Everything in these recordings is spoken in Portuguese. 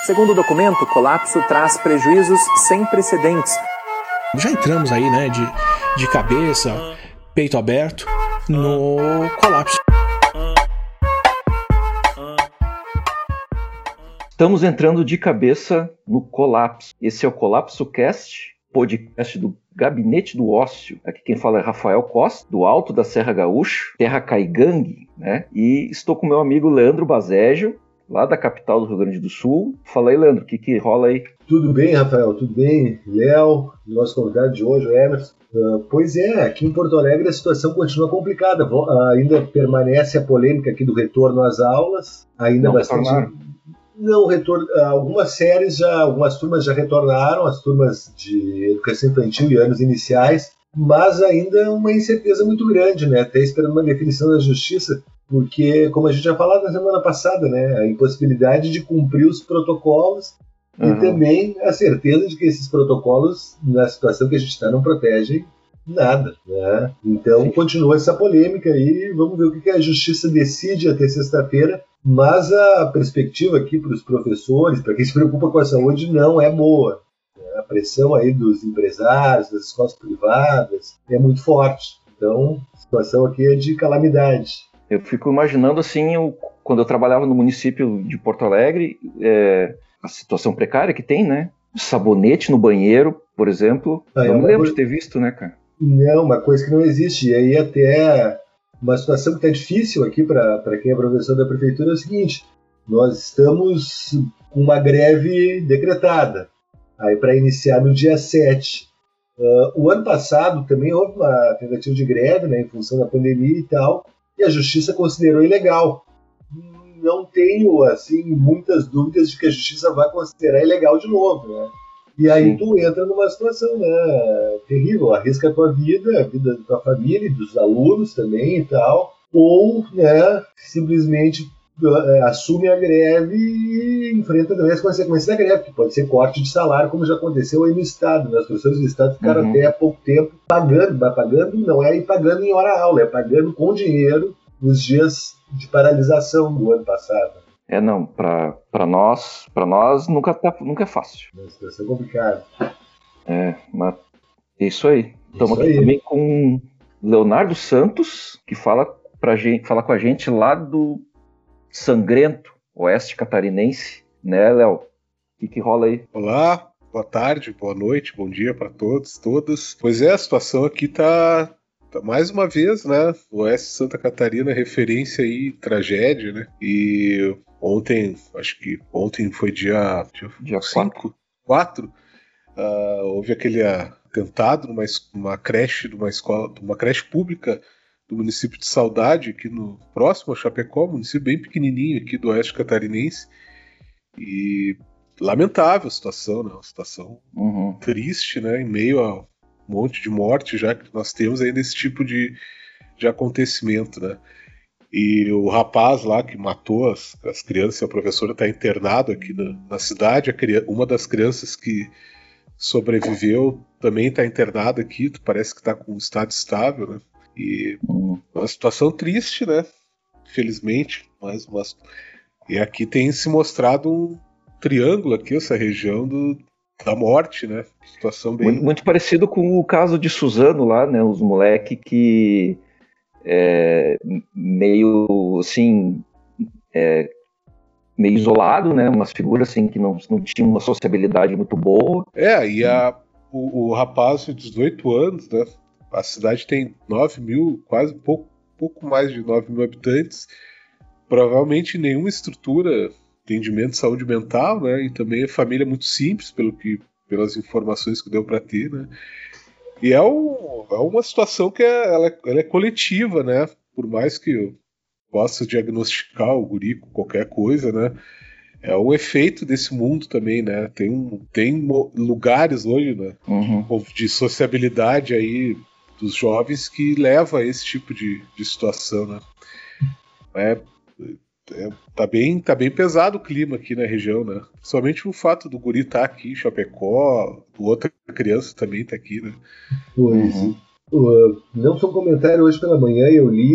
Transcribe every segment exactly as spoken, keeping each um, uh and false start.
Segundo o documento, o colapso traz prejuízos sem precedentes. Já entramos aí, né, de, de cabeça, peito aberto, no colapso. Estamos entrando de cabeça no colapso. Esse é o Colapso Cast, podcast do Gabinete do Ócio. Aqui quem fala é Rafael Costa, do Alto da Serra Gaúcha, terra caigangue, né? E estou com meu amigo Leandro Bazégio, lá da capital do Rio Grande do Sul. Fala aí, Leandro, o que, que rola aí? Tudo bem, Rafael, tudo bem? Léo, nosso convidado de hoje, o Emerson. Uh, pois é, aqui em Porto Alegre a situação continua complicada. Uh, ainda permanece a polêmica aqui do retorno às aulas. Ainda Não bastante... retornaram? Não, retorno, algumas séries já, algumas turmas já retornaram, as turmas de educação infantil e anos iniciais, mas ainda uma incerteza muito grande, né? Até esperando uma definição da justiça, porque, como a gente já falou na semana passada, né? A impossibilidade de cumprir os protocolos uhum. e também a certeza de que esses protocolos, na situação que a gente está, não protegem nada, né? Então Sim. continua essa polêmica aí, vamos ver o que a justiça decide até sexta-feira. Mas a perspectiva aqui para os professores, para quem se preocupa com a saúde, não é boa. A pressão aí dos empresários, das escolas privadas, é muito forte. Então, a situação aqui é de calamidade. Eu fico imaginando, assim, eu, quando eu trabalhava no município de Porto Alegre, é, a situação precária que tem, né? Sabonete no banheiro, por exemplo. Ah, não é me lembro coisa... de ter visto, né, cara? Não, uma coisa que não existe. E aí até... Uma situação que está difícil aqui para quem é professor da prefeitura é o seguinte: nós estamos com uma greve decretada aí para iniciar no dia sete. Uh, o ano passado também houve uma tentativa de greve, né, em função da pandemia e tal, e a justiça considerou ilegal. Não tenho assim muitas dúvidas de que a justiça vai considerar ilegal de novo, né? E aí Sim. tu entra numa situação, né, terrível, arrisca a tua vida, a vida da tua família, dos alunos também e tal, ou, né, simplesmente uh, assume a greve e enfrenta também as consequências da greve, que pode ser corte de salário, como já aconteceu aí no Estado, né? Os professores do Estado ficaram uhum. até há pouco tempo pagando, mas pagando não é ir pagando em hora-aula, é pagando com dinheiro os dias de paralisação do ano passado. É, não, para nós, para nós nunca, tá, nunca é fácil. É uma situação complicada. É, mas é isso aí. Estamos aqui aí. Também com Leonardo Santos, que fala, pra gente, fala com a gente lá do sangrento oeste catarinense, né, Léo? O que, que rola aí? Olá, boa tarde, boa noite, bom dia para todos, todas. Pois é, a situação aqui tá... Mais uma vez, né? O Oeste de Santa Catarina, referência aí, tragédia, né? E ontem, acho que ontem foi dia dia cinco, quatro, uh, houve aquele atentado numa uma creche, numa escola, uma creche pública do município de Saudade, aqui no próximo a Chapecó, município bem pequenininho aqui do Oeste Catarinense. E lamentável a situação, né? Uma situação uhum. triste, né? Em meio a um monte de morte já que nós temos aí nesse tipo de, de acontecimento, né? E o rapaz lá que matou as, as crianças, a professora está internado aqui na, na cidade, a criança, uma das crianças que sobreviveu também está internada aqui, parece que está com um estado estável, né? E uma situação triste, né? Felizmente, mas uma... e aqui tem se mostrado um triângulo aqui, essa região do da morte, né? Situação bem... Muito, muito parecido com o caso de Suzano lá, né? Os moleques que é, meio assim é, meio isolado, né? Umas figuras assim que não, não tinham uma sociabilidade muito boa. É, e a, o, o rapaz de dezoito anos, né? A cidade tem nove mil, quase pouco, pouco mais de nove mil habitantes. Provavelmente nenhuma estrutura... atendimento de saúde mental, né? E também a família muito simples, pelo que, pelas informações que deu para ter, né? E é, um, é uma situação que é, ela, é, ela é coletiva, né? Por mais que eu possa diagnosticar o guri com qualquer coisa, né? É um efeito desse mundo também, né? Tem, um, tem lugares hoje, né? Uhum. De sociabilidade aí dos jovens que leva a esse tipo de, de situação, né? É... É, tá, bem, tá bem pesado o clima aqui na região, né? Principalmente o fato do guri estar tá aqui em Chapecó, outra criança também tá aqui, né? Pois, uhum. uh, não foi um comentário hoje pela manhã, eu li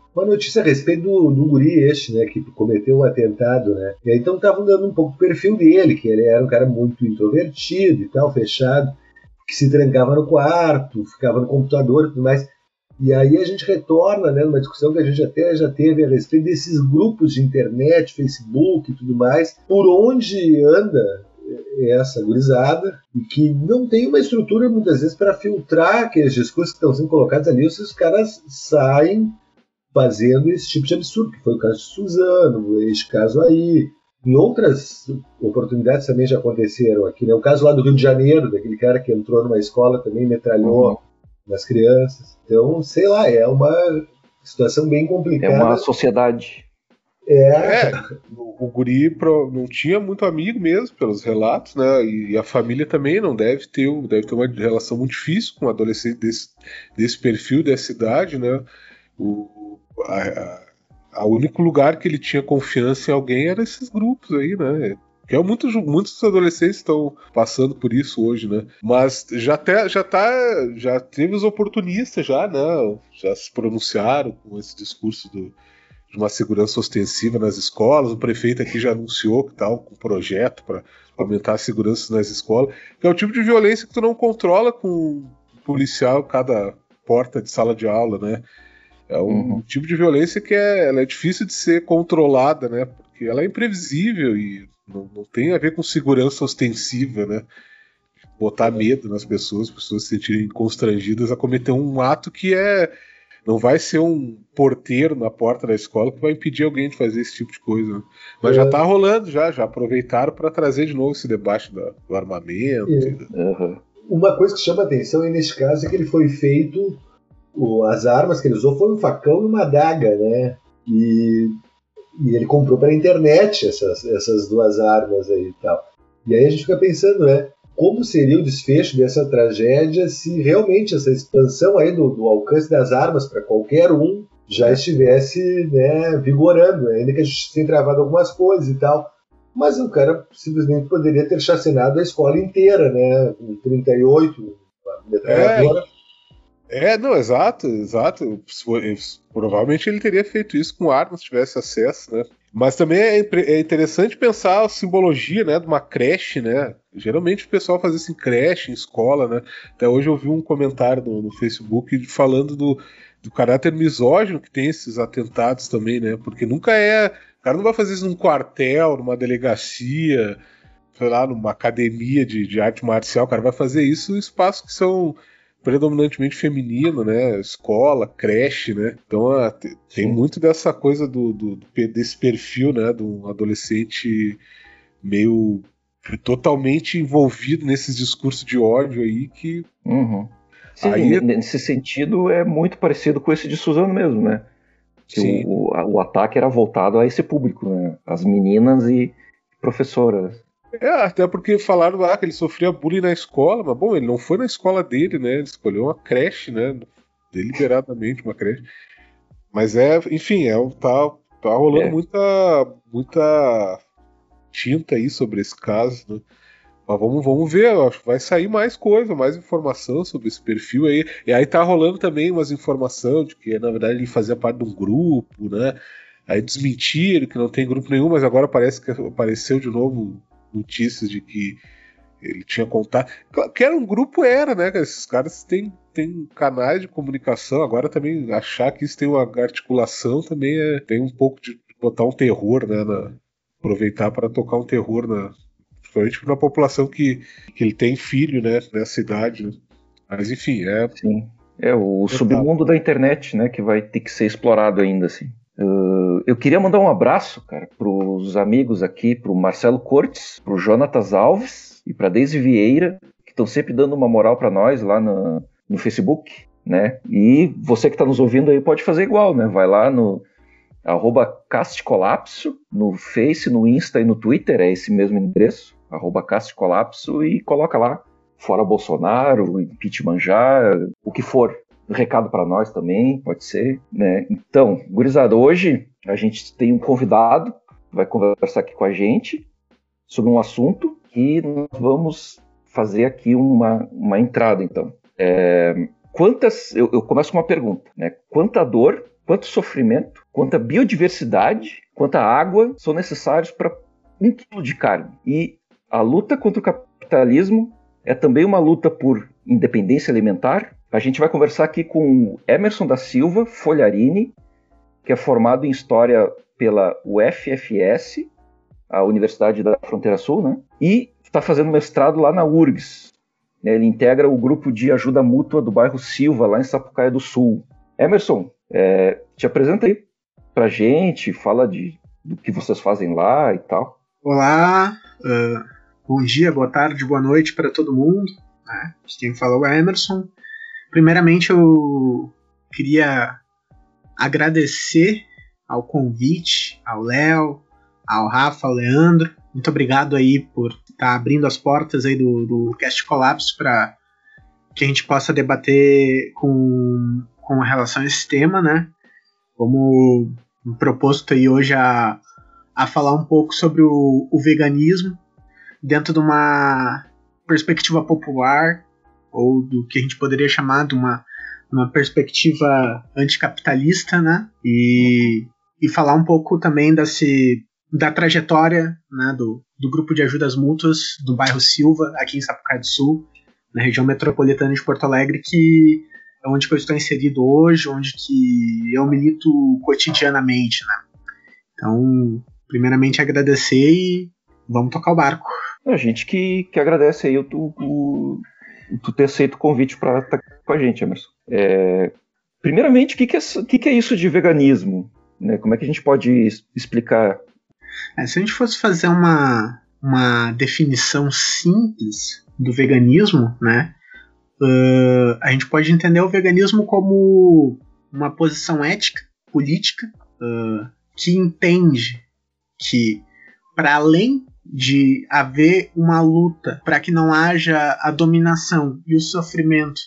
uma notícia a respeito do, do guri este, né, que cometeu um atentado, né? E aí então estavam dando um pouco do perfil dele, que ele era um cara muito introvertido e tal, fechado, que se trancava no quarto, ficava no computador e tudo mais. E aí a gente retorna, né, numa discussão que a gente até já teve a respeito desses grupos de internet, Facebook e tudo mais, por onde anda essa gurizada, e que não tem uma estrutura muitas vezes para filtrar aqueles discursos que estão sendo colocados ali, ou se os caras saem fazendo esse tipo de absurdo, que foi o caso de Suzano, este caso aí. Em outras oportunidades também já aconteceram aqui, né? O caso lá do Rio de Janeiro, daquele cara que entrou numa escola também, metralhou uhum. nas crianças. Então, sei lá, é uma situação bem complicada. É uma sociedade. É. é o, o guri pro, não tinha muito amigo mesmo, pelos relatos, né? E, e a família também não deve ter, deve ter uma relação muito difícil com um adolescente desse, desse perfil, dessa idade, né? O, a, a, a único lugar que ele tinha confiança em alguém era esses grupos aí, né? Que é muitos, muitos adolescentes estão passando por isso hoje, né? Mas já, até, já, tá, já teve os oportunistas, já, né? Já se pronunciaram com esse discurso do, de uma segurança ostensiva nas escolas. O prefeito aqui já anunciou que tá um projeto para aumentar a segurança nas escolas, que é o tipo de violência que tu não controla com um policial cada porta de sala de aula, né? É um uhum. tipo de violência que é, ela é difícil de ser controlada, né? Porque ela é imprevisível e não, não tem a ver com segurança ostensiva, né? Botar medo nas pessoas, as pessoas se sentirem constrangidas a cometer um ato que é... Não vai ser um porteiro na porta da escola que vai impedir alguém de fazer esse tipo de coisa, né? Mas é. já tá rolando, já, já aproveitaram para trazer de novo esse debate da, do armamento. É. E... Uhum. Uma coisa que chama atenção aí nesse caso é que ele foi feito, o, as armas que ele usou foi um facão e uma adaga, né? E, e ele comprou pela internet essas, essas duas armas aí e tal. E aí a gente fica pensando, né? Como seria o desfecho dessa tragédia se realmente essa expansão aí do, do alcance das armas para qualquer um já estivesse, né, vigorando, ainda que a gente tenha travado algumas coisas e tal. Mas o cara simplesmente poderia ter chacinado a escola inteira, né? Com trinta e oito, metralhadora. É, é, não, exato, exato. Provavelmente ele teria feito isso com armas, se tivesse acesso, né? Mas também é, é interessante pensar a simbologia, né, de uma creche, né? Geralmente o pessoal faz isso em creche, em escola, né? Até hoje eu vi um comentário no, no Facebook falando do, do caráter misógino que tem esses atentados também, né? Porque nunca é... O cara não vai fazer isso num quartel, numa delegacia, sei lá, numa academia de, de arte marcial. O cara vai fazer isso em espaços que são predominantemente feminino, né? Escola, creche, né? Então a, tem Sim. muito dessa coisa do, do, do, desse perfil, né? De um adolescente meio totalmente envolvido nesses discursos de ódio aí que... Uhum. Sim, aí... nesse sentido é muito parecido com esse de Suzano mesmo, né? Que o, o, o ataque era voltado a esse público, né? As meninas e professoras. É, até porque falaram lá que ele sofria bullying na escola, mas bom, ele não foi na escola dele, né? Ele escolheu uma creche, né? Deliberadamente uma creche. Mas é, enfim, é, tá, tá rolando é. muita, muita tinta aí sobre esse caso, né? Mas vamos, vamos ver, eu acho que vai sair mais coisa, mais informação sobre esse perfil aí. E aí tá rolando também umas informações de que, na verdade, ele fazia parte de um grupo, né? Aí desmentiram que não tem grupo nenhum, mas agora parece que apareceu de novo notícias de que ele tinha contato. Que era um grupo, era, né? Esses caras têm, têm canais de comunicação. Agora também achar que isso tem uma articulação também é, tem um pouco de botar um terror, né? Na, aproveitar para tocar um terror na, principalmente na população que, que ele tem filho, né? Nessa idade. Né? Mas enfim, é. Sim. É o é submundo tá. da internet, né? Que vai ter que ser explorado ainda, assim. Uh, eu queria mandar um abraço, cara, pros amigos aqui, pro Marcelo Cortes, pro Jonatas Alves e pra Deise Vieira, que estão sempre dando uma moral pra nós lá no, no Facebook, né? E você que tá nos ouvindo aí pode fazer igual, né? Vai lá no arroba Castcolapso, no Face, no Insta e no Twitter, é esse mesmo endereço, arroba Castcolapso, e coloca lá, fora Bolsonaro, impeachment já, o que for. Recado para nós também, pode ser, né? Então, gurizada, hoje a gente tem um convidado que vai conversar aqui com a gente sobre um assunto que nós vamos fazer aqui uma, uma entrada, então. É, quantas, eu, eu começo com uma pergunta, né? Quanta dor quanto sofrimento, quanta biodiversidade, quanta água são necessários para um quilo de carne. E a luta contra o capitalismo é também uma luta por independência alimentar. A gente vai conversar aqui com o Emerson da Silva Folharini, que é formado em História pela U F F S, a Universidade da Fronteira Sul, né? E está fazendo mestrado lá na U R G S. Ele integra o grupo de ajuda mútua do bairro Silva, lá em Sapucaia do Sul. Emerson, é, te apresenta aí pra gente, fala de, do que vocês fazem lá e tal. Olá, uh, bom dia, boa tarde, boa noite para todo mundo. Né? Quem falou é Emerson. Primeiramente, eu queria agradecer ao convite, ao Léo, ao Rafa, ao Leandro. Muito obrigado aí por estar abrindo as portas aí do, do Cast Colapso para que a gente possa debater com, com relação a esse tema, né? Como proposto aí hoje a, a falar um pouco sobre o, o veganismo dentro de uma perspectiva popular, ou do que a gente poderia chamar de uma, uma perspectiva anticapitalista, né? E, e falar um pouco também desse, da trajetória, né, do, do grupo de ajudas mútuas do bairro Silva, aqui em Sapucaia do Sul, na região metropolitana de Porto Alegre, que é onde eu estou inserido hoje, onde que eu milito cotidianamente, né? Então, primeiramente agradecer e vamos tocar o barco. A gente que, que agradece aí o, o, tu ter aceito o convite para estar com a gente, Emerson. É, primeiramente, o que, que, é, que, que é isso de veganismo? Né? Como é que a gente pode explicar? É, se a gente fosse fazer uma, uma definição simples do veganismo, né, uh, a gente pode entender o veganismo como uma posição ética, política, uh, que entende que, para além de haver uma luta para que não haja a dominação e o sofrimento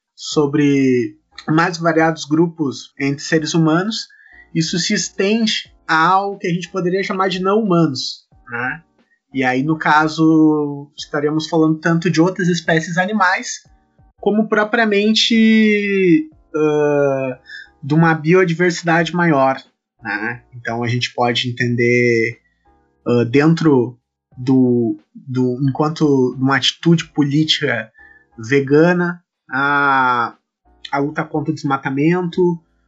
sobre mais variados grupos entre seres humanos, isso se estende a algo que a gente poderia chamar de não humanos, né? E aí, no caso, estaríamos falando tanto de outras espécies animais, como propriamente uh, de uma biodiversidade maior, né? Então a gente pode entender uh, dentro do, do enquanto uma atitude política vegana, a, a luta contra o desmatamento,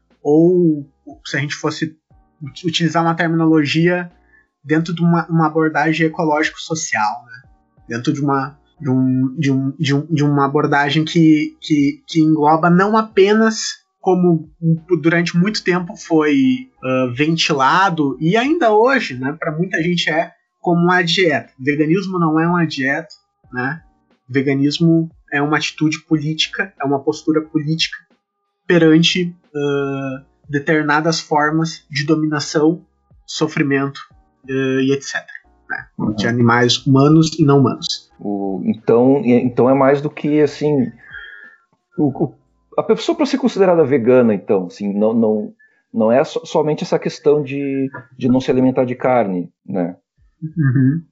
ou se a gente fosse utilizar uma terminologia dentro de uma, uma abordagem ecológico-social, né? Dentro de uma, de um, de um, de um, de uma abordagem que, que, que engloba não apenas, como durante muito tempo foi uh, ventilado, e ainda hoje, né, para muita gente é, como uma dieta. Veganismo não é uma dieta, né? Veganismo é uma atitude política, é uma postura política perante uh, determinadas formas de dominação, sofrimento uh, e etcétera. Né? Uhum. De animais humanos e não humanos. O, então, então é mais do que assim. O, o, a pessoa, para ser considerada vegana, então, assim, não, não, não é so, somente essa questão de, de não se alimentar de carne, né? Uhum.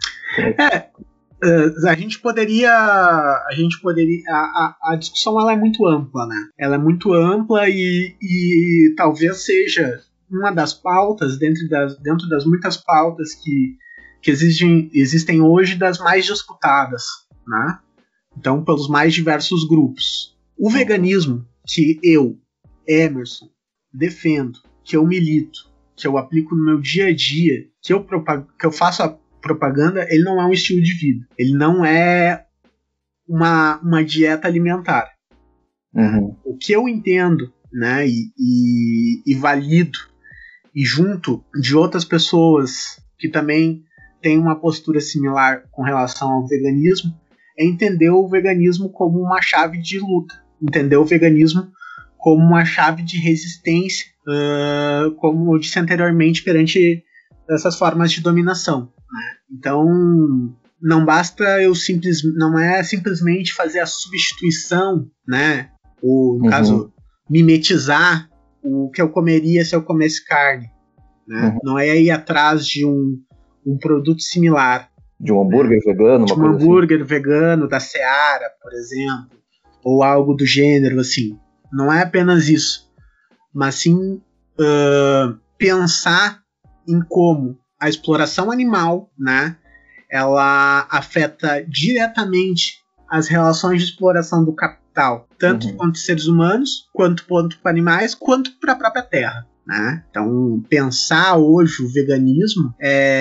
É, uh, a gente poderia, a gente poderia, a, a, a discussão ela é muito ampla, né? Ela é muito ampla e, e talvez seja uma das pautas dentro das, dentro das muitas pautas que, que existem, existem hoje, das mais disputadas, né? Então, pelos mais diversos grupos. O veganismo que eu, Emerson, defendo, que eu milito, que eu aplico no meu dia a dia, que eu, propag- que eu faço a propaganda, ele não é um estilo de vida. Ele não é uma, uma dieta alimentar. Uhum. O que eu entendo, né, e, e, e valido, e junto de outras pessoas que também têm uma postura similar com relação ao veganismo, é entender o veganismo como uma chave de luta. Entender o veganismo como uma chave de resistência, uh, como eu disse anteriormente, perante essas formas de dominação. Né? Então, não basta eu simples, não é simplesmente fazer a substituição, né? Ou, no uhum. caso, mimetizar o que eu comeria se eu comesse carne. Né? Uhum. Não é ir atrás de um, um produto similar. De um hambúrguer né? vegano? De uma um coisa hambúrguer assim. vegano da Seara, por exemplo. Ou algo do gênero, assim. Não é apenas isso. Mas sim uh, pensar em como a exploração animal, né, ela afeta diretamente as relações de exploração do capital, tanto uhum. quanto seres humanos, quanto para animais, quanto para a própria terra. Né? Então, pensar hoje o veganismo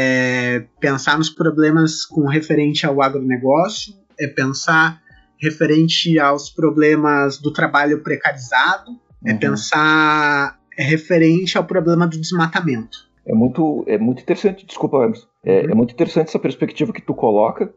é pensar nos problemas com referente ao agronegócio, é pensar referente aos problemas do trabalho precarizado, uhum. é pensar referente ao problema do desmatamento. É muito, é muito interessante, desculpa, Emerson, é, uhum. é muito interessante essa perspectiva que tu coloca,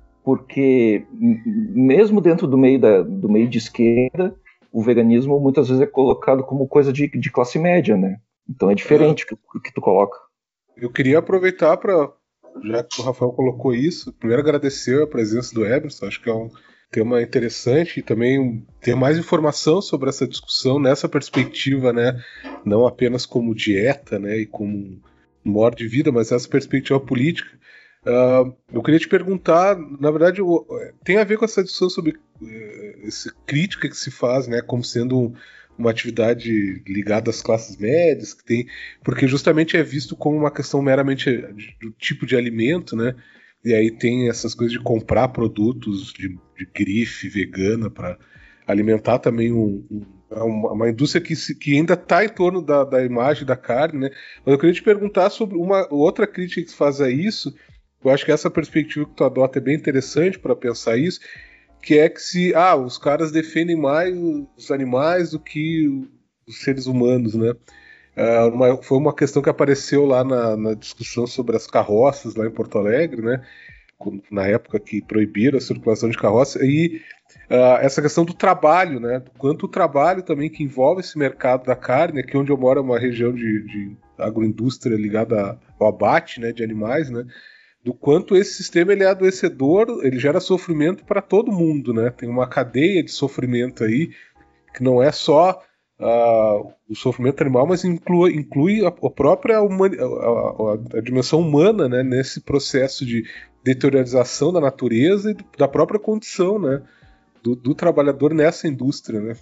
porque mesmo dentro do meio, da, do meio de esquerda, o veganismo muitas vezes é colocado como coisa de, de classe média, né? Então é diferente o é. que, que tu coloca. Eu queria aproveitar para, já que o Rafael colocou isso, primeiro agradecer a presença do Emerson, acho que é um tema interessante e também ter mais informação sobre essa discussão nessa perspectiva, né? Não apenas como dieta, né? E como modo de vida, mas essa perspectiva política. Uh, eu queria te perguntar, na verdade, tem a ver com essa discussão sobre uh, essa crítica que se faz, né, como sendo uma atividade ligada às classes médias, que tem, porque justamente é visto como uma questão meramente do tipo de alimento, né, e aí tem essas coisas de comprar produtos de, de grife vegana para alimentar também um, um, uma, uma indústria que, se, que ainda está em torno da, da imagem da carne, né, mas eu queria te perguntar sobre uma outra crítica que se faz a isso. Eu acho que essa perspectiva que tu adota é bem interessante para pensar isso, que é que se ah, os caras defendem mais os animais do que os seres humanos, né? Uh, uma, foi uma questão que apareceu lá na, na discussão sobre as carroças lá em Porto Alegre, né? Na época que proibiram a circulação de carroça, e uh, essa questão do trabalho, né? Do quanto o trabalho também que envolve esse mercado da carne, aqui onde eu moro é uma região de, de agroindústria ligada ao abate, né, de animais, né? Do quanto esse sistema ele é adoecedor, ele gera sofrimento para todo mundo, né? Tem uma cadeia de sofrimento aí, que não é só uh, o sofrimento animal, mas inclui, inclui a, a própria humani- a, a, a dimensão humana, né? Nesse processo de deteriorização da natureza e do, da própria condição, né? Do, do trabalhador nessa indústria, né?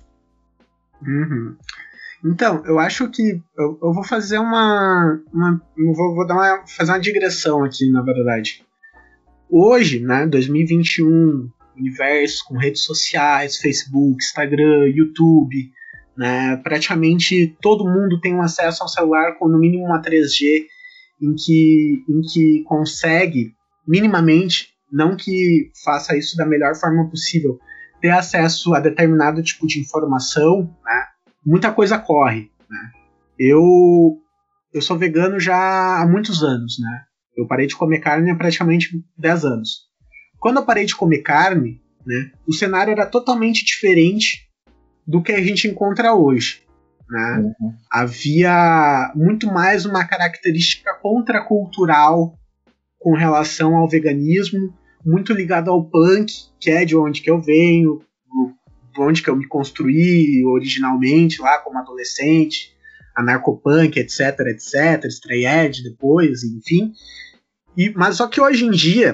Uhum. Então, eu acho que eu, eu vou fazer uma, uma eu vou, vou dar uma, fazer uma digressão aqui, na verdade. Hoje, né, dois mil e vinte e um, universo com redes sociais, Facebook, Instagram, YouTube, né, praticamente todo mundo tem um acesso ao celular com no mínimo uma três G, em que, em que consegue, minimamente, não que faça isso da melhor forma possível, ter acesso a determinado tipo de informação, né? Muita coisa corre, né? Eu, eu sou vegano já há muitos anos, né? Eu parei de comer carne há praticamente dez anos. Quando eu parei de comer carne, né, o cenário era totalmente diferente do que a gente encontra hoje, né? Uhum. Havia muito mais uma característica contracultural com relação ao veganismo, muito ligado ao punk, que é de onde que eu venho, onde que eu me construí originalmente lá como adolescente, anarcopunk, etc, etc, stray edge depois, enfim. E, mas só que hoje em dia,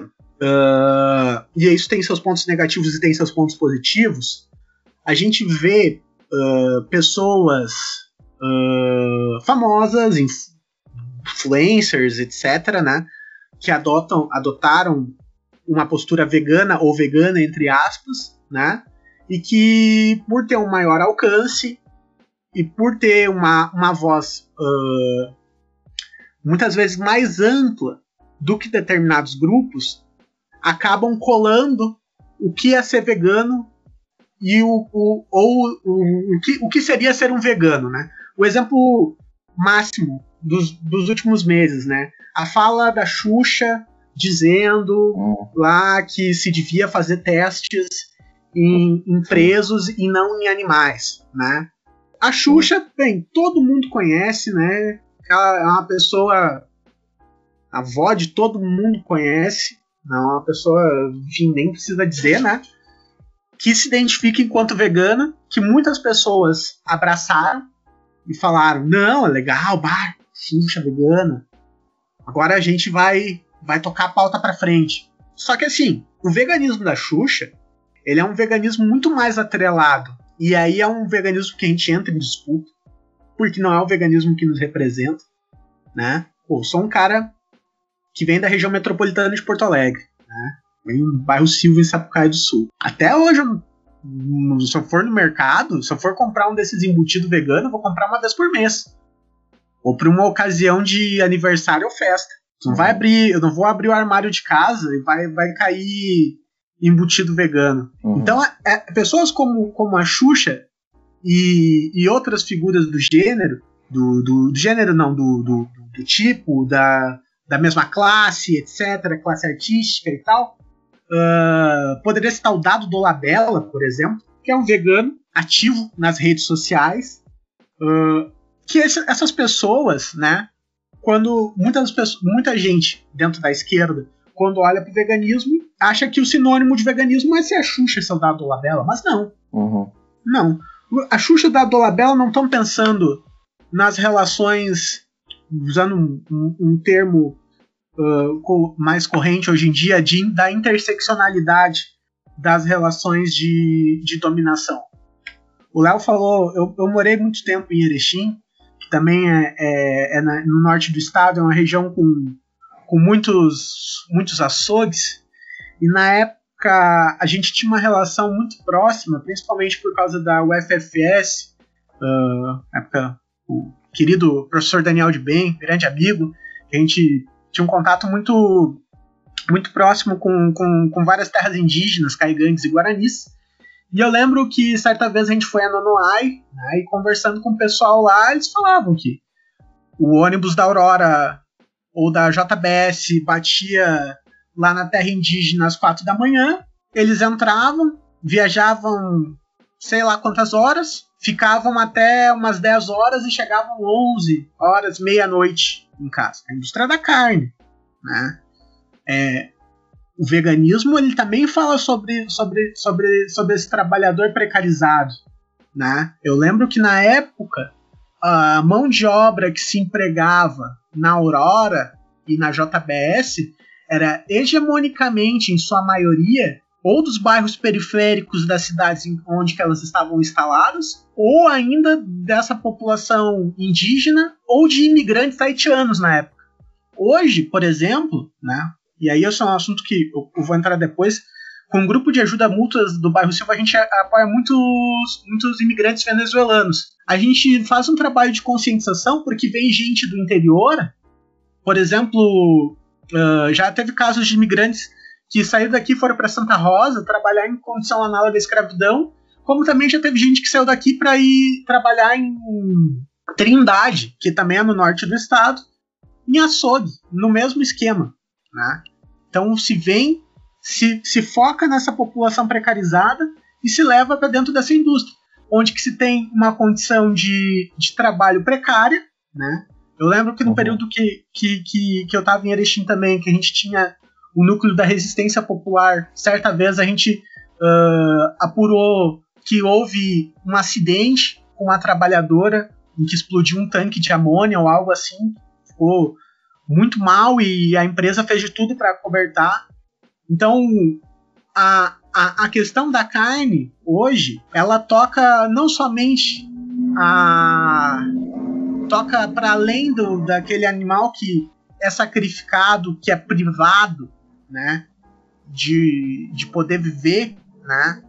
uh, e isso tem seus pontos negativos e tem seus pontos positivos, a gente vê uh, pessoas uh, famosas, influencers, etc, né, que adotam, adotaram uma postura vegana ou vegana, entre aspas, né, e que, por ter um maior alcance e por ter uma, uma voz uh, muitas vezes mais ampla do que determinados grupos, acabam colando o que é ser vegano e o, o, ou, o, o, que, o que seria ser um vegano, né? O exemplo máximo dos, dos últimos meses, né? A fala da Xuxa dizendo lá que se devia fazer testes Em, em presos e não em animais, né? A Xuxa, bem, todo mundo conhece, né? Ela é uma pessoa, a avó de todo mundo conhece, não é uma pessoa, enfim, nem precisa dizer, né? Que se identifica enquanto vegana, que muitas pessoas abraçaram e falaram, não, é legal, bah, Xuxa vegana, agora a gente vai, vai tocar a pauta pra frente. Só que assim, o veganismo da Xuxa, ele é um veganismo muito mais atrelado. E aí é um veganismo que a gente entra em disputa. porque não é o veganismo que nos representa, né? Pô, sou um cara que vem da região metropolitana de Porto Alegre, né? Vem no bairro Silva, em Sapucaí do Sul. Até hoje, eu, se eu for no mercado, se eu for comprar um desses embutidos veganos, eu vou comprar uma vez por mês. Ou para uma ocasião de aniversário ou festa. Não vai abrir, eu não vou abrir o armário de casa e vai, vai cair embutido vegano. Uhum. Então, é, pessoas como, como a Xuxa e, e outras figuras do gênero, do, do, do gênero não, do, do, do tipo, da, da mesma classe, etcétera, classe artística e tal, uh, poderia citar o Dado Dolabella, por exemplo, que é um vegano ativo nas redes sociais, uh, que esse, essas pessoas, né, quando muitas pessoas, muita gente dentro da esquerda, quando olha para o veganismo, acha que o sinônimo de veganismo é ser a Xuxa e seu Dado Dolabella, mas não. Uhum. Não. A Xuxa e o Dado Dolabella não estão pensando nas relações, usando um, um, um termo uh, co- mais corrente hoje em dia, de, da interseccionalidade das relações de, de dominação. O Léo falou, eu, eu morei muito tempo em Erechim, que também é, é, é na, no norte do estado, é uma região com, com muitos, muitos açougues, e na época a gente tinha uma relação muito próxima, principalmente por causa da U F F S, uh, época, o querido professor Daniel de Bem, grande amigo, a gente tinha um contato muito, muito próximo com, com, com várias terras indígenas, caigangues e guaranis. E eu lembro que certa vez a gente foi a Nonoai, né, e conversando com o pessoal lá, eles falavam que o ônibus da Aurora ou da J B S batia lá na terra indígena às quatro da manhã, eles entravam, viajavam sei lá quantas horas, ficavam até umas dez horas e chegavam onze horas, meia-noite em casa. A indústria da carne, né? É, o veganismo ele também fala sobre, sobre, sobre, sobre esse trabalhador precarizado, né? Eu lembro que na época a mão de obra que se empregava na Aurora e na J B S era hegemonicamente, em sua maioria, ou dos bairros periféricos das cidades onde que elas estavam instaladas, ou ainda dessa população indígena ou de imigrantes haitianos na época. Hoje, por exemplo, né, e aí esse é um assunto que eu, eu vou entrar depois, com o grupo de ajuda mútuas do bairro Silva, a gente apoia muitos, muitos imigrantes venezuelanos. A gente faz um trabalho de conscientização porque vem gente do interior, por exemplo, uh, já teve casos de imigrantes que saíram daqui e foram para Santa Rosa trabalhar em condição análoga à escravidão, como também já teve gente que saiu daqui para ir trabalhar em Trindade, que também é no norte do estado, em açougue, no mesmo esquema, né? Então se vem, se, se foca nessa população precarizada e se leva para dentro dessa indústria, onde que se tem uma condição de, de trabalho precária, né? Eu lembro que no uhum. período que, que, que, que eu estava em Erechim também, que a gente tinha o núcleo da resistência popular, certa vez a gente uh, apurou que houve um acidente com uma trabalhadora em que explodiu um tanque de amônia ou algo assim, ficou muito mal e a empresa fez de tudo para cobertar. Então, a, a, a questão da carne, hoje, ela toca não somente a... toca para além do, daquele animal que é sacrificado, que é privado, né, de, de poder viver, né,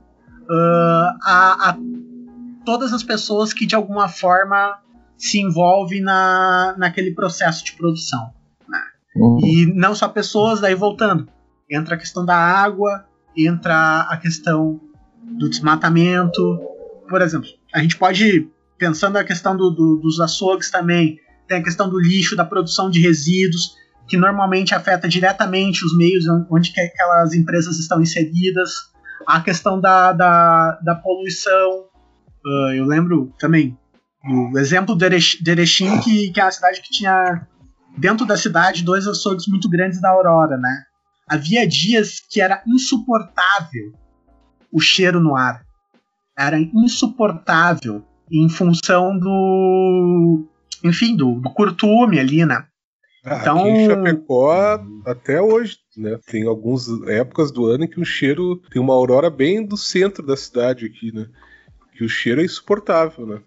uh, a, a todas as pessoas que de alguma forma se envolvem na, naquele processo de produção, né? Uhum. E não só pessoas, daí voltando, entra a questão da água, entra a questão do desmatamento, por exemplo, a gente pode, pensando na questão do, do, dos açougues também, tem a questão do lixo, da produção de resíduos, que normalmente afeta diretamente os meios onde que aquelas empresas estão inseridas, a questão da, da, da poluição. Uh, eu lembro também do exemplo de Erechim, que, que é uma cidade que tinha dentro da cidade dois açougues muito grandes da Aurora, né? Havia dias que era insuportável o cheiro no ar. Era insuportável em função do... enfim, do, do curtume ali, né? Ah, então... Aqui em Chapecó, até hoje, né? Tem algumas épocas do ano em que o cheiro... Tem uma aurora bem do centro da cidade aqui, né? Que o cheiro é insuportável, né?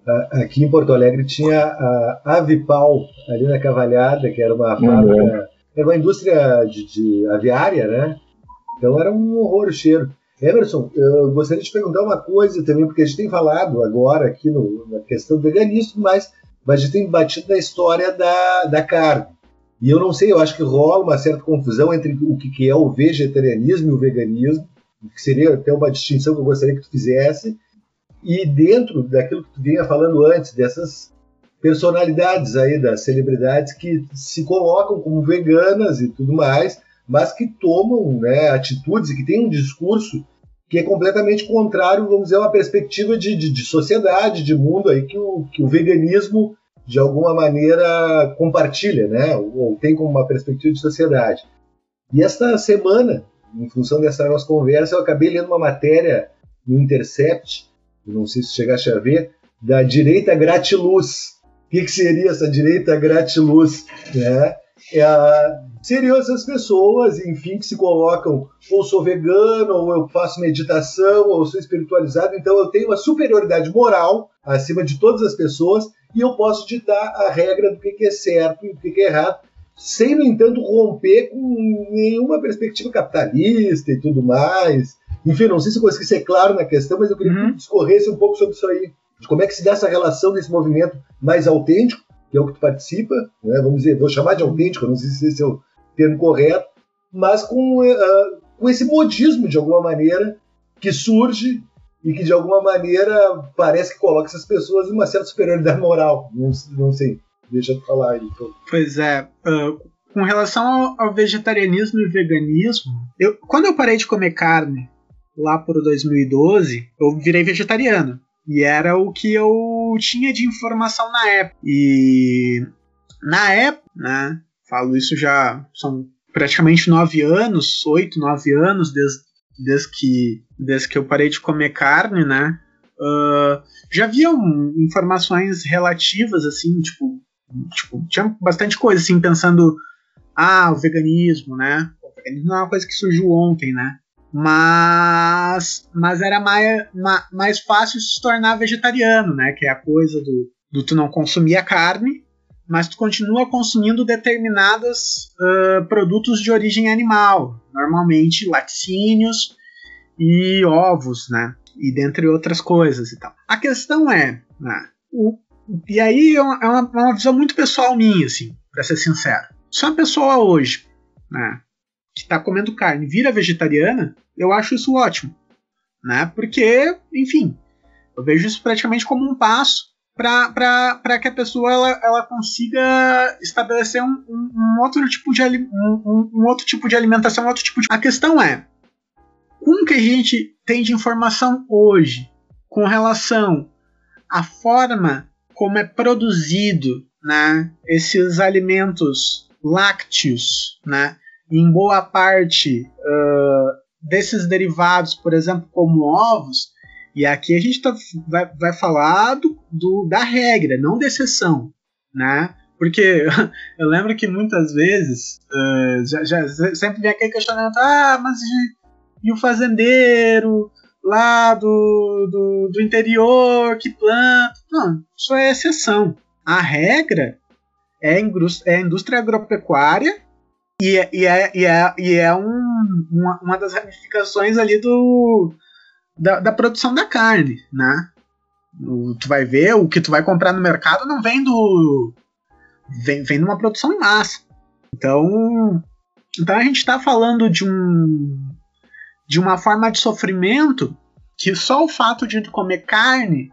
aqui em Porto Alegre tinha a Avipal, ali na Cavalhada, que era uma fábrica, uhum. era uma indústria de, de aviária, né? Então era um horror o cheiro. Emerson, eu gostaria de te perguntar uma coisa também, porque a gente tem falado agora aqui no, na questão do veganismo, mas, mas a gente tem batido na história da, da carne. E eu não sei, eu acho que rola uma certa confusão entre o que é o vegetarianismo e o veganismo, que seria até uma distinção que eu gostaria que tu fizesse, e dentro daquilo que tu vinha falando antes, dessas personalidades aí, das celebridades que se colocam como veganas e tudo mais, mas que tomam, né, atitudes e que têm um discurso que é completamente contrário, vamos dizer, a uma perspectiva de, de, de sociedade, de mundo aí que o, que o veganismo, de alguma maneira, compartilha, né, ou, ou tem como uma perspectiva de sociedade. E esta semana, em função dessa nossa conversa, eu acabei lendo uma matéria no Intercept, não sei se chegaste a ver, da direita gratiluz. O que, que seria essa direita gratiluz? Né? É, seriam essas pessoas, enfim, que se colocam, ou sou vegano, ou eu faço meditação, ou eu sou espiritualizado, então eu tenho uma superioridade moral acima de todas as pessoas e eu posso ditar a regra do que, que é certo e do que, que é errado, sem, no entanto, romper com nenhuma perspectiva capitalista e tudo mais. Enfim, não sei se eu consegui ser claro na questão, mas eu queria uhum. que tu discorresse um pouco sobre isso aí. De como é que se dá essa relação desse movimento mais autêntico, que é o que tu participa, né? Vamos dizer, vou chamar de autêntico, não sei se esse é o termo correto, mas com, uh, com esse modismo, de alguma maneira, que surge e que, de alguma maneira, parece que coloca essas pessoas em uma certa superioridade moral. Não, não sei, deixa eu falar aí. Então. Pois é, uh, com relação ao, ao vegetarianismo e veganismo, eu, quando eu parei de comer carne, lá por dois mil e doze, eu virei vegetariano. E era o que eu tinha de informação na época. E na época, né, falo isso já são praticamente nove anos, oito, nove anos desde, desde, que, desde que eu parei de comer carne, né, uh, já haviam informações relativas, assim, tipo, tipo, tinha bastante coisa, assim, pensando, ah, o veganismo, né, o veganismo não é uma coisa que surgiu ontem, né, Mas, mas era mais, mais fácil se tornar vegetariano, né? Que é a coisa do, do tu não consumir a carne, mas tu continua consumindo determinados uh, produtos de origem animal, normalmente laticínios e ovos, né? E dentre outras coisas e tal. A questão é, né? O, e aí é uma, é uma visão muito pessoal minha, assim, pra ser sincero. Se uma pessoa hoje, né, que está comendo carne vira vegetariana, eu acho isso ótimo, né? Porque, enfim, eu vejo isso praticamente como um passo para que a pessoa ela, ela consiga estabelecer um, um, um, outro tipo de, um, um outro tipo de alimentação, um outro tipo de... A questão é, como que a gente tem de informação hoje com relação à forma como é produzido, né, esses alimentos lácteos, né? Em boa parte uh, desses derivados, por exemplo, como ovos, e aqui a gente tá, vai, vai falar do, do, da regra, não da exceção, né? Porque eu lembro que muitas vezes uh, já, já, sempre vem aquele questionamento, ah, mas e, e o fazendeiro lá do, do, do interior que planta? Não, isso é exceção. A regra é a indústria, é a indústria agropecuária. E é, e é, e é, e é um, uma, uma das ramificações ali do, da, da produção da carne, né? O, tu vai ver, o que tu vai comprar no mercado não vem do... Vem, vem de uma produção em massa. Então, então a gente está falando de, um, de uma forma de sofrimento que só o fato de comer carne,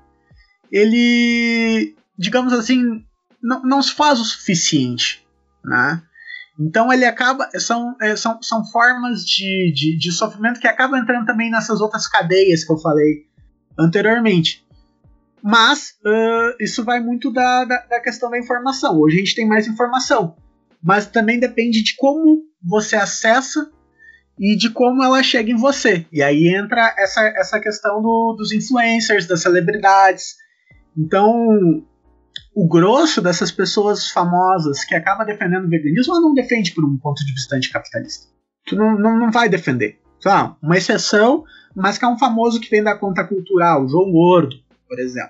ele, digamos assim, não, não se faz o suficiente, né? Então ele acaba, são, são, são formas de, de, de sofrimento que acabam entrando também nessas outras cadeias que eu falei anteriormente. Mas uh, isso vai muito da, da, da questão da informação. Hoje a gente tem mais informação, mas também depende de como você acessa e de como ela chega em você. E aí entra essa, essa questão do, dos influencers, das celebridades. Então... O grosso dessas pessoas famosas que acaba defendendo o veganismo, ela não defende por um ponto de vista anticapitalista. Tu não, não, não vai defender. Tá? Uma exceção, mas que é um famoso que vem da conta cultural, João Gordo, por exemplo.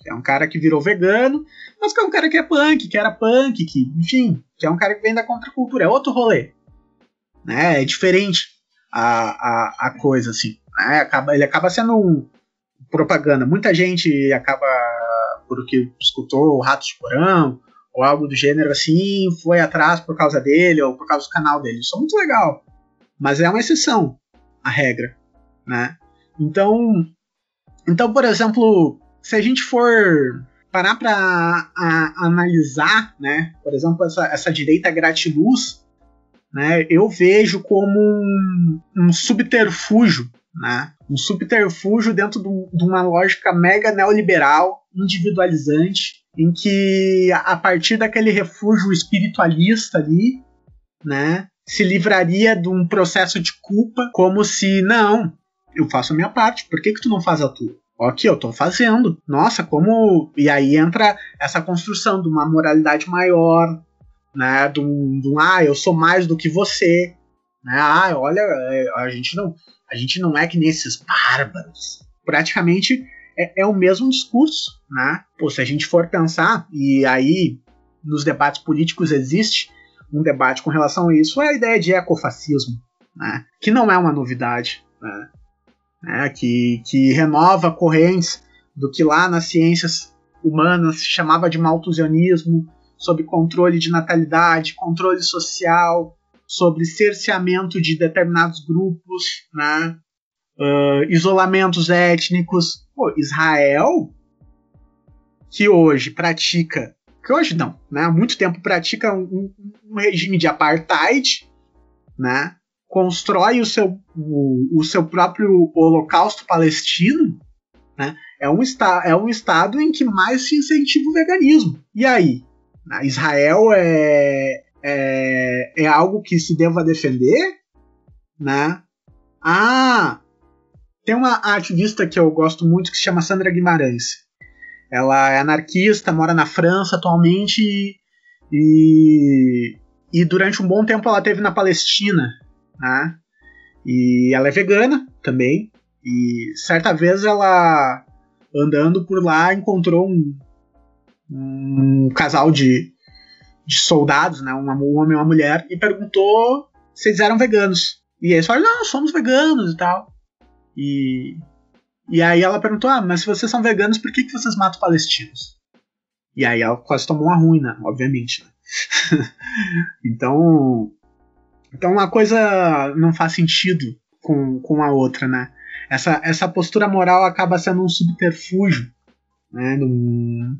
Que é um cara que virou vegano, mas que é um cara que é punk, que era punk, que, enfim, que é um cara que vem da contracultura. É outro rolê. Né? É diferente a, a, a coisa, assim. Né? Acaba, ele acaba sendo um propaganda. Muita gente acaba, porque escutou o Ratos de Porão, ou algo do gênero assim, foi atrás por causa dele, ou por causa do canal dele. Isso é muito legal. Mas é uma exceção, a regra. Né? Então, então, por exemplo, se a gente for parar para analisar, né, por exemplo, essa, essa direita gratiluz, né, eu vejo como um, um subterfúgio, né, um subterfúgio dentro de uma lógica mega neoliberal, individualizante, em que a partir daquele refúgio espiritualista ali, né, se livraria de um processo de culpa, como se, não, eu faço a minha parte, por que que tu não faz a tua? Ok, eu tô fazendo. Nossa, como... E aí entra essa construção de uma moralidade maior, né? De um, de um ah, eu sou mais do que você. Né? Ah, olha, a gente não, a gente não é que nem esses bárbaros. Praticamente é, é o mesmo discurso, né? Pô, se a gente for pensar, e aí nos debates políticos existe um debate com relação a isso, é a ideia de ecofascismo, né? Que não é uma novidade, né? É, que, que renova correntes do que lá nas ciências humanas se chamava de malthusianismo, sobre controle de natalidade, controle social, sobre cerceamento de determinados grupos, né? uh, isolamentos étnicos. Pô, Israel, que hoje pratica, que hoje não, né? Há muito tempo pratica um, um regime de apartheid, né? Constrói o seu, o, o seu próprio holocausto palestino, né? É um, esta, é um estado em que mais se incentiva o veganismo. E aí? Né? Israel é, é, é algo que se deva defender? Né? Ah, tem uma ativista que eu gosto muito que se chama Sandra Guimarães. Ela é anarquista, mora na França atualmente e, e durante um bom tempo ela esteve na Palestina. Né? E ela é vegana também, e certa vez ela, andando por lá, encontrou um, um casal de, de soldados, né? um, um homem e uma mulher, e perguntou se eles eram veganos, e eles falaram, não, somos veganos e tal, e, e aí ela perguntou, ah, mas se vocês são veganos, por que, que vocês matam palestinos? E aí ela quase tomou uma ruim, né? Obviamente, né? então Então uma coisa não faz sentido com, com a outra, né? Essa, essa postura moral acaba sendo um subterfúgio, né? Num,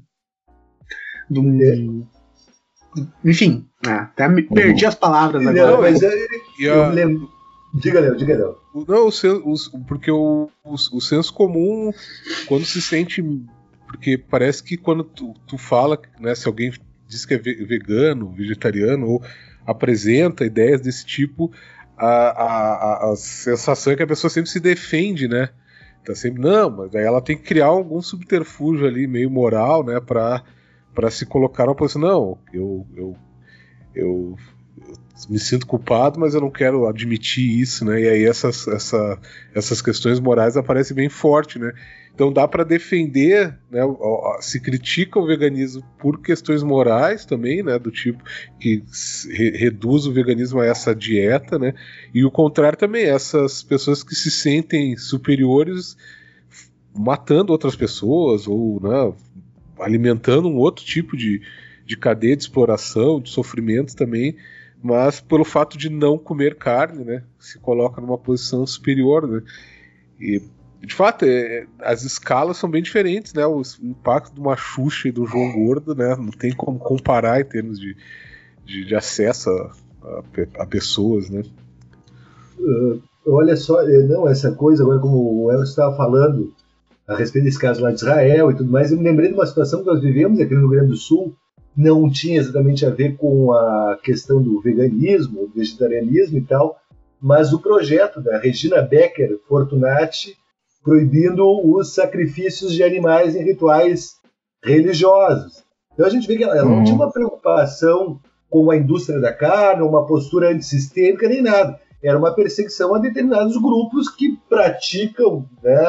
num, enfim, né? Até me perdi as palavras não, agora. Mas eu, eu me lembro. Diga, Léo, diga, Léo. Não, o sen, o, porque o, o, o senso comum, quando se sente... Porque parece que quando tu, tu fala, né, se alguém diz que é vegano, vegetariano, ou apresenta ideias desse tipo, a, a, a sensação é que a pessoa sempre se defende, né? Tá sempre, não, mas aí ela tem que criar algum subterfúgio ali, meio moral, né? Pra, pra se colocar numa posição, não, eu, eu, eu, eu me sinto culpado, mas eu não quero admitir isso, né? E aí essas, essa, essas questões morais aparecem bem forte, né? Então dá para defender, né, se critica o veganismo por questões morais também, né, do tipo que re reduz o veganismo a essa dieta, né, e o contrário também, essas pessoas que se sentem superiores matando outras pessoas ou, né, alimentando um outro tipo de, de cadeia de exploração, de sofrimento também, mas pelo fato de não comer carne, né, se coloca numa posição superior, né, e de fato, é, as escalas são bem diferentes, né? O impacto de uma Xuxa e do João Gordo, né? Não tem como comparar em termos de, de, de acesso a, a, a pessoas, né? Uh, olha só, não, essa coisa, agora como o Elcio estava falando a respeito desse caso lá de Israel e tudo mais, eu me lembrei de uma situação que nós vivemos aqui no Rio Grande do Sul, não tinha exatamente a ver com a questão do veganismo, do vegetarianismo e tal, mas o projeto da Regina Becker Fortunati proibindo os sacrifícios de animais em rituais religiosos. Então a gente vê que ela, ela não tinha uma preocupação com a indústria da carne, uma postura antissistêmica, nem nada. Era uma perseguição a determinados grupos que praticam, né,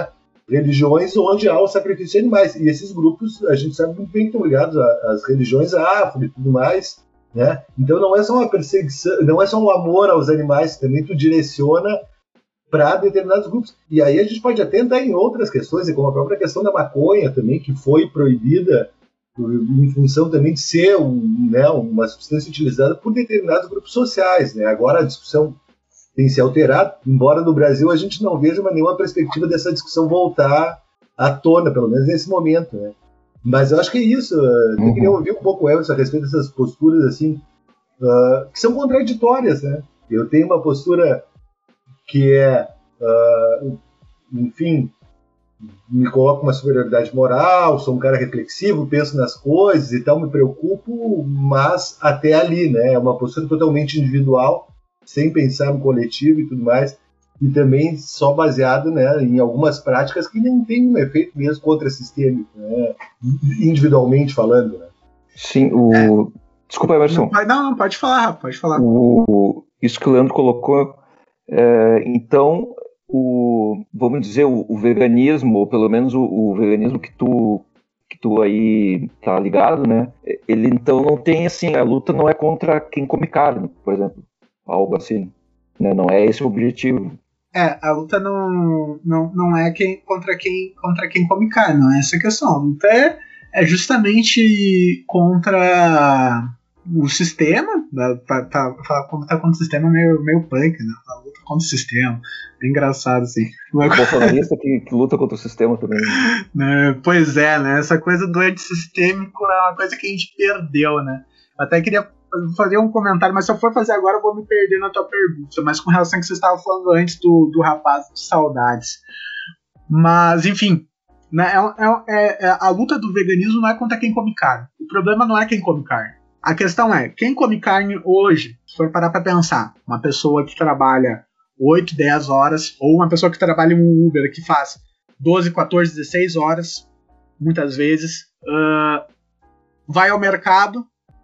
religiões onde há o sacrifício de animais. E esses grupos, a gente sabe muito bem que estão ligados às religiões afro e tudo mais, né? Então não é só uma perseguição, não é só um amor aos animais, também tu direciona para determinados grupos. E aí a gente pode até entrar em outras questões, como a própria questão da maconha também, que foi proibida em função também de ser um, né, uma substância utilizada por determinados grupos sociais, né? Agora a discussão tem se alterado, embora no Brasil a gente não veja nenhuma perspectiva dessa discussão voltar à tona, pelo menos nesse momento, né? Mas eu acho que é isso. Eu uhum. queria ouvir um pouco o Emerson a respeito dessas posturas assim, uh, que são contraditórias, né? Eu tenho uma postura que é, uh, enfim, me coloco uma superioridade moral, sou um cara reflexivo, penso nas coisas e tal, me preocupo, mas até ali, né? É uma postura totalmente individual, sem pensar no coletivo e tudo mais, e também só baseado, né, em algumas práticas que nem tem um efeito mesmo contra-sistêmico, né? Individualmente falando, né? Sim, o... É. Desculpa, Emerson. Não, não, não, pode falar, pode falar. O... Isso que o Leandro colocou, é, então... O, vamos dizer, o, o veganismo, ou pelo menos o, o veganismo que tu, que tu aí tá ligado, né? Ele então não tem assim, a luta não é contra quem come carne, por exemplo, algo assim, né? Não é esse o objetivo. É, a luta não, não, não é quem, contra, quem, contra quem come carne, não é essa a questão. A luta é, é justamente contra o sistema, né? Tá, tá, falar como tá contra o sistema é meio, meio punk, né? A luta contra o sistema. É engraçado, assim. O bolsonarista que, que luta contra o sistema também. Né? Pois é, né? Essa coisa do antissistêmico é uma coisa que a gente perdeu, né? Até queria fazer um comentário, mas se eu for fazer agora eu vou me perder na tua pergunta. Mas com relação ao que você estava falando antes do, do rapaz de saudades. Mas, enfim, né? É, é, é, a luta do veganismo não é contra quem come carne. O problema não é quem come carne. A questão é, quem come carne hoje, se for parar para pensar, uma pessoa que trabalha oito, dez horas, ou uma pessoa que trabalha em um Uber que faz doze, quatorze, dezesseis horas, muitas vezes, uh, vai ao mercado,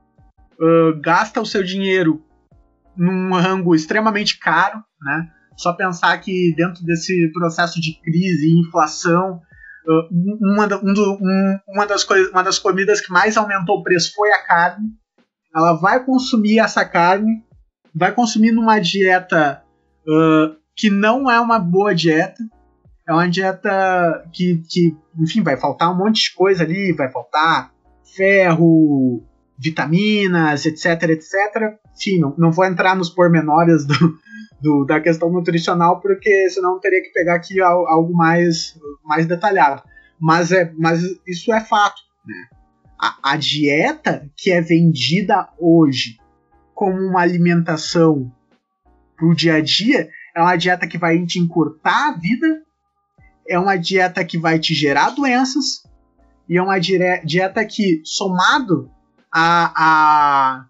uh, gasta o seu dinheiro num rango extremamente caro, né? Só pensar que dentro desse processo de crise e inflação, uh, uma, da, um do, um, uma, das coisas, uma das comidas que mais aumentou o preço foi a carne. Ela vai consumir essa carne, vai consumir numa dieta uh, que não é uma boa dieta, é uma dieta que, que, enfim, vai faltar um monte de coisa ali, vai faltar ferro, vitaminas, etc, etcétera. Enfim, não, não vou entrar nos pormenores do, do, da questão nutricional, porque senão eu teria que pegar aqui algo mais, mais detalhado. Mas, é, mas isso é fato, né? A, a dieta que é vendida hoje como uma alimentação pro dia a dia é uma dieta que vai te encurtar a vida, é uma dieta que vai te gerar doenças, e é uma dire- dieta que, somado a, a,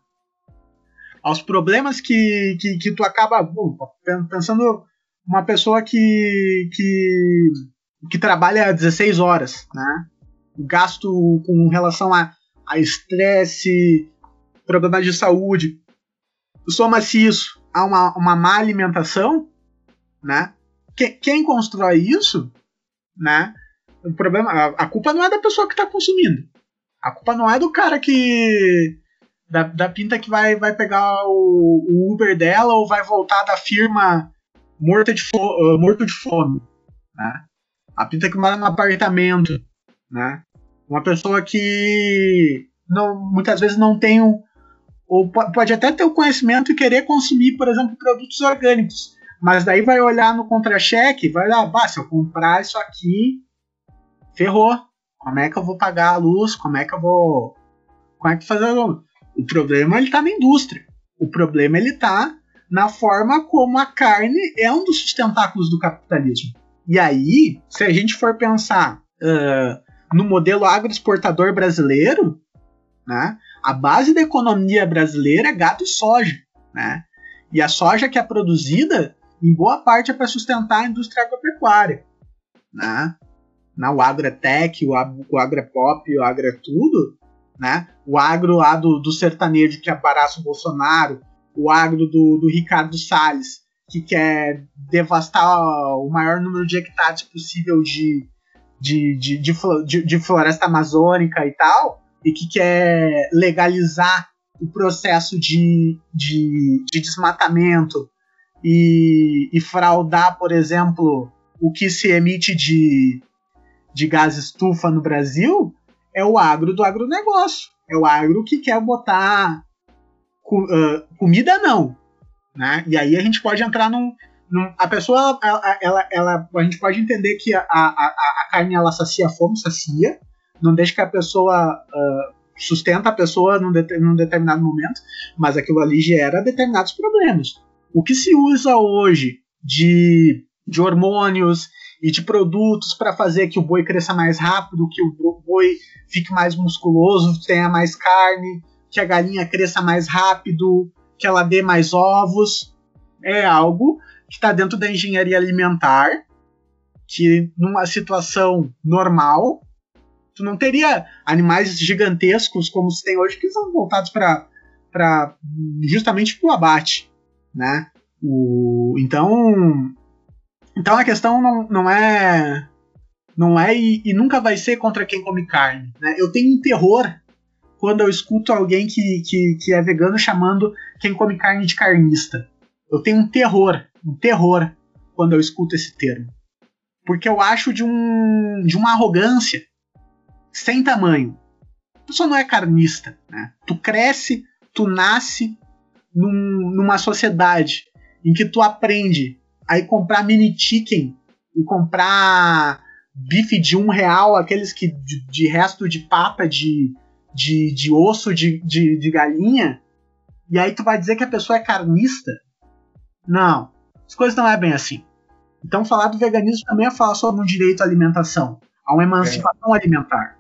aos problemas que, que, que tu acaba... Bom, pensando uma pessoa que, que, que trabalha dezesseis horas, né? O gasto com relação a, a estresse, problemas de saúde, soma-se isso a uma, uma má alimentação, né? Que, quem constrói isso, né? O problema, a, a culpa não é da pessoa que está consumindo. A culpa não é do cara que da, da pinta que vai, vai pegar o, o Uber dela ou vai voltar da firma morta de fo- uh, morto de fome, né? A pinta que mora no apartamento, né? Uma pessoa que não, muitas vezes não tem um, ou pode até ter o conhecimento e querer consumir, por exemplo, produtos orgânicos, mas daí vai olhar no contra-cheque, vai olhar, bah, se eu comprar isso aqui, ferrou. Como é que eu vou pagar a luz? Como é que eu vou... Como é que fazer... O problema ele tá na indústria. O problema ele tá na forma como a carne é um dos sustentáculos do capitalismo. E aí, se a gente for pensar uh, no modelo agroexportador brasileiro, né, a base da economia brasileira é gado e soja, né? E a soja que é produzida, em boa parte, é para sustentar a indústria agropecuária, né? Na, o agro é tech, o, o agro é pop, o agro é tudo, né? O agro lá do, do sertanejo que abaraça o Bolsonaro, o agro do, do Ricardo Salles, que quer devastar o maior número de hectares possível de, de, de, de, de, de floresta amazônica e tal, e que quer legalizar o processo de, de, de desmatamento e, e fraudar, por exemplo, o que se emite de, de gás estufa no Brasil, é o agro do agronegócio. É o agro que quer botar co, uh, comida não. Né? E aí a gente pode entrar num... num a pessoa, ela, ela, ela, a gente pode entender que a, a, a carne ela sacia a fome, sacia, não deixa que a pessoa... Uh, sustenta a pessoa num, de, num determinado momento, mas aquilo ali gera determinados problemas. O que se usa hoje de, de hormônios e de produtos para fazer que o boi cresça mais rápido, que o boi fique mais musculoso, tenha mais carne, que a galinha cresça mais rápido, que ela dê mais ovos, é algo que está dentro da engenharia alimentar, que numa situação normal tu não teria animais gigantescos como se tem hoje, que são voltados para justamente para o abate, né? O, então, então a questão não, não é não é e, e nunca vai ser contra quem come carne, né? Eu tenho um terror quando eu escuto alguém que, que, que é vegano chamando quem come carne de carnista. Eu tenho um terror, um terror quando eu escuto esse termo, porque eu acho de, um, de uma arrogância sem tamanho. Tu só não é carnista, né? Tu cresce, tu nasce num, numa sociedade em que tu aprende a ir comprar mini chicken e comprar bife de um real, aqueles que de, de resto de pata, de, de, de osso de, de, de galinha, e aí tu vai dizer que a pessoa é carnista? Não, as coisas não é bem assim. Então falar do veganismo também é falar sobre um direito à alimentação, a uma emancipação é. alimentar.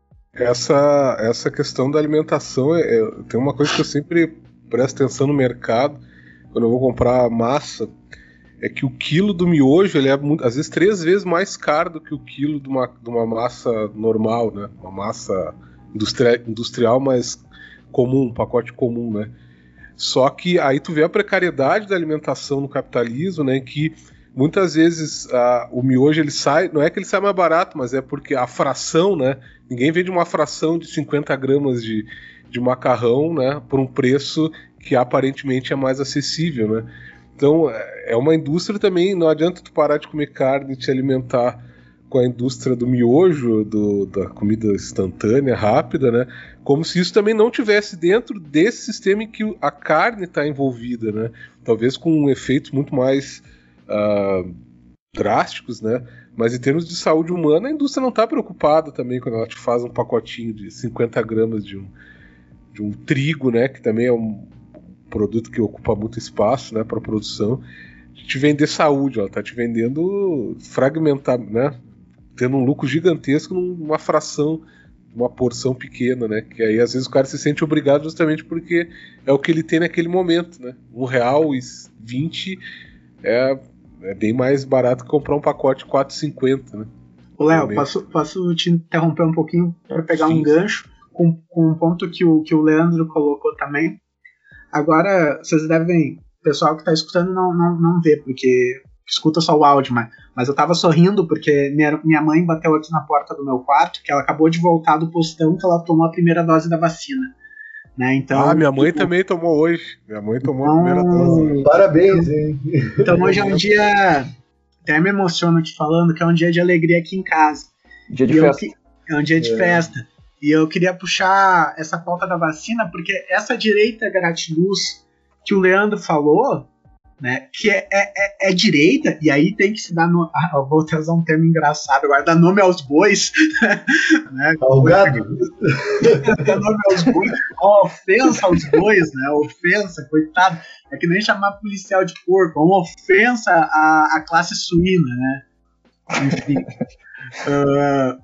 Essa, essa questão da alimentação, é, é, tem uma coisa que eu sempre presto atenção no mercado, quando eu vou comprar massa, é que o quilo do miojo, ele é muito, às vezes três vezes mais caro do que o quilo de uma, de uma massa normal, né? Uma massa industria, industrial, mas comum, um pacote comum, né? Só que aí tu vê a precariedade da alimentação no capitalismo, né? Que muitas vezes uh, o miojo ele sai, não é que ele sai mais barato, mas é porque a fração, né? Ninguém vende uma fração de cinquenta gramas de, de macarrão, né? Por um preço que aparentemente é mais acessível, né? Então é uma indústria também, não adianta tu parar de comer carne e te alimentar com a indústria do miojo, do, da comida instantânea, rápida, né? Como se isso também não tivesse dentro desse sistema em que a carne está envolvida, né? Talvez com efeitos muito mais Uh, drásticos, né? Mas em termos de saúde humana, a indústria não está preocupada também quando ela te faz um pacotinho de cinquenta gramas de um, de um trigo, né? Que também é um produto que ocupa muito espaço, né? Para produção, de te vender saúde, ela está te vendendo fragmentar, né? Tendo um lucro gigantesco numa fração, uma porção pequena, né? Que aí às vezes o cara se sente obrigado justamente porque é o que ele tem naquele momento, né? Um real e vinte é É bem mais barato que comprar um pacote de quatro reais e cinquenta centavos, né? Ô, Léo, posso, posso te interromper um pouquinho para pegar Sim. um gancho com, com um ponto que o, que o Leandro colocou também. Agora, vocês devem... O pessoal que está escutando não, não, não vê, porque escuta só o áudio, mas, mas eu estava sorrindo porque minha, minha mãe bateu aqui na porta do meu quarto, que ela acabou de voltar do postão que ela tomou a primeira dose da vacina. Né? Então, ah, minha mãe tipo, também tomou hoje. Minha mãe tomou então, a primeira dose. Parabéns, hein? Então hoje é um dia... Até me emociono aqui falando que é um dia de alegria aqui em casa. Dia de e festa. Eu, é um dia de é. festa. E eu queria puxar essa pauta da vacina, porque essa direita gratiluz que o Leandro falou, né, que é, é, é direita, e aí tem que se dar... No, ah, eu vou usar um termo engraçado agora, dar nome aos bois. Né, ao gado. Dar nome aos bois. Uma ofensa aos bois, né? Ofensa, coitado. É que nem chamar policial de porco. Uma ofensa à, à classe suína, né? Enfim. uh,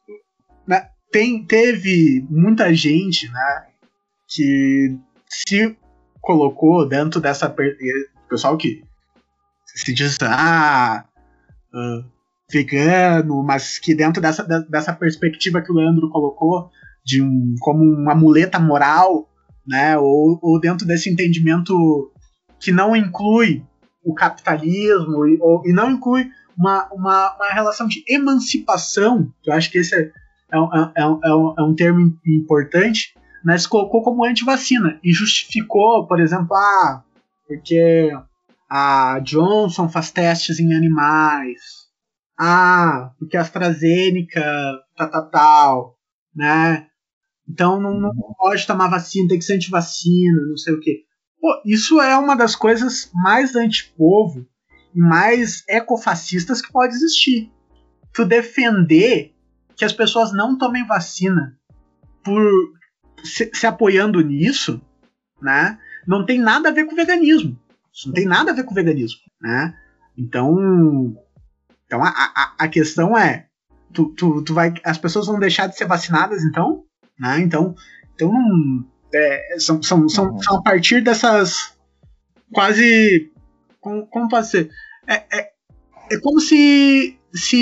tem, teve muita gente, né, que se colocou dentro dessa... Pessoal que se diz ah, uh, vegano, mas que dentro dessa, dessa perspectiva que o Leandro colocou, de um, como uma muleta moral, né, ou, ou dentro desse entendimento que não inclui o capitalismo e, ou, e não inclui uma, uma, uma relação de emancipação, que eu acho que esse é, é, um, é, um, é, um, é um termo importante, né, se colocou como antivacina e justificou, por exemplo, ah, porque a Johnson faz testes em animais, ah, porque a AstraZeneca, tal, tal, tal, né, então não, não pode tomar vacina, tem que ser antivacina, não sei o quê. Pô, isso é uma das coisas mais antipovo e mais ecofascistas que pode existir. Tu defender que as pessoas não tomem vacina por se, se apoiando nisso, né, não tem nada a ver com veganismo. Isso não tem nada a ver com veganismo, né? Então, então a, a, a questão é, tu, tu, tu vai, as pessoas vão deixar de ser vacinadas, então, né? Então, então é, são, são, são, são a partir dessas quase, como, como pode ser? É, é, é como se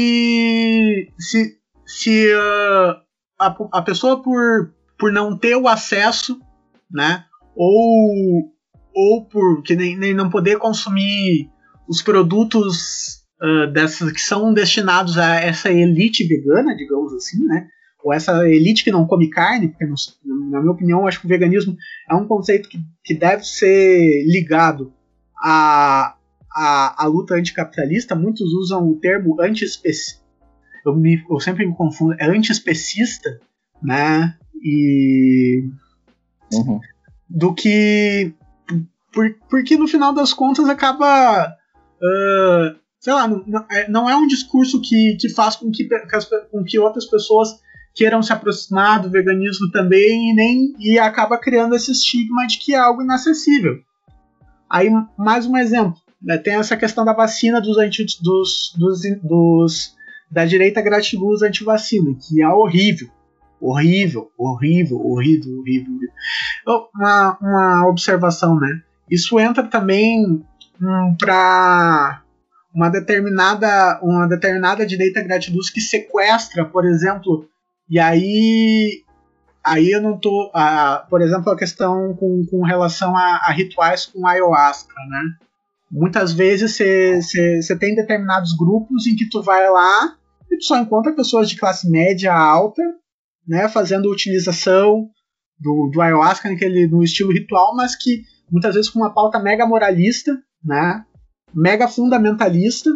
se se, se uh, a, a pessoa por, por não ter o acesso, né? Ou ou por que nem, nem não poder consumir os produtos uh, dessas que são destinados a essa elite vegana, digamos assim, né? Ou essa elite que não come carne, porque não, na minha opinião, eu acho que o veganismo é um conceito que, que deve ser ligado à, à, à luta anticapitalista. Muitos usam o termo antiespecista, eu, me, eu sempre me confundo, é antiespecista, né? E Uhum. do que por, porque no final das contas acaba uh, sei lá, não, não é um discurso que, que faz com que, que, as, com que outras pessoas queiram se aproximar do veganismo também e, nem, e acaba criando esse estigma de que é algo inacessível. Aí, mais um exemplo, né, tem essa questão da vacina dos, anti, dos, dos, dos da direita gratiluz antivacina, que é horrível. Horrível, horrível, horrível, horrível. horrível. Uma, uma observação, né? Isso entra também hum, para uma determinada, uma determinada direita gratiluz que sequestra, por exemplo, e aí, aí eu não tô, a, por exemplo, a questão com, com relação a, a rituais com ayahuasca, né? Muitas vezes você tem determinados grupos em que tu vai lá e tu só encontra pessoas de classe média alta, né, fazendo utilização do, do ayahuasca naquele, no estilo ritual, mas que muitas vezes com uma pauta mega moralista, né, mega fundamentalista.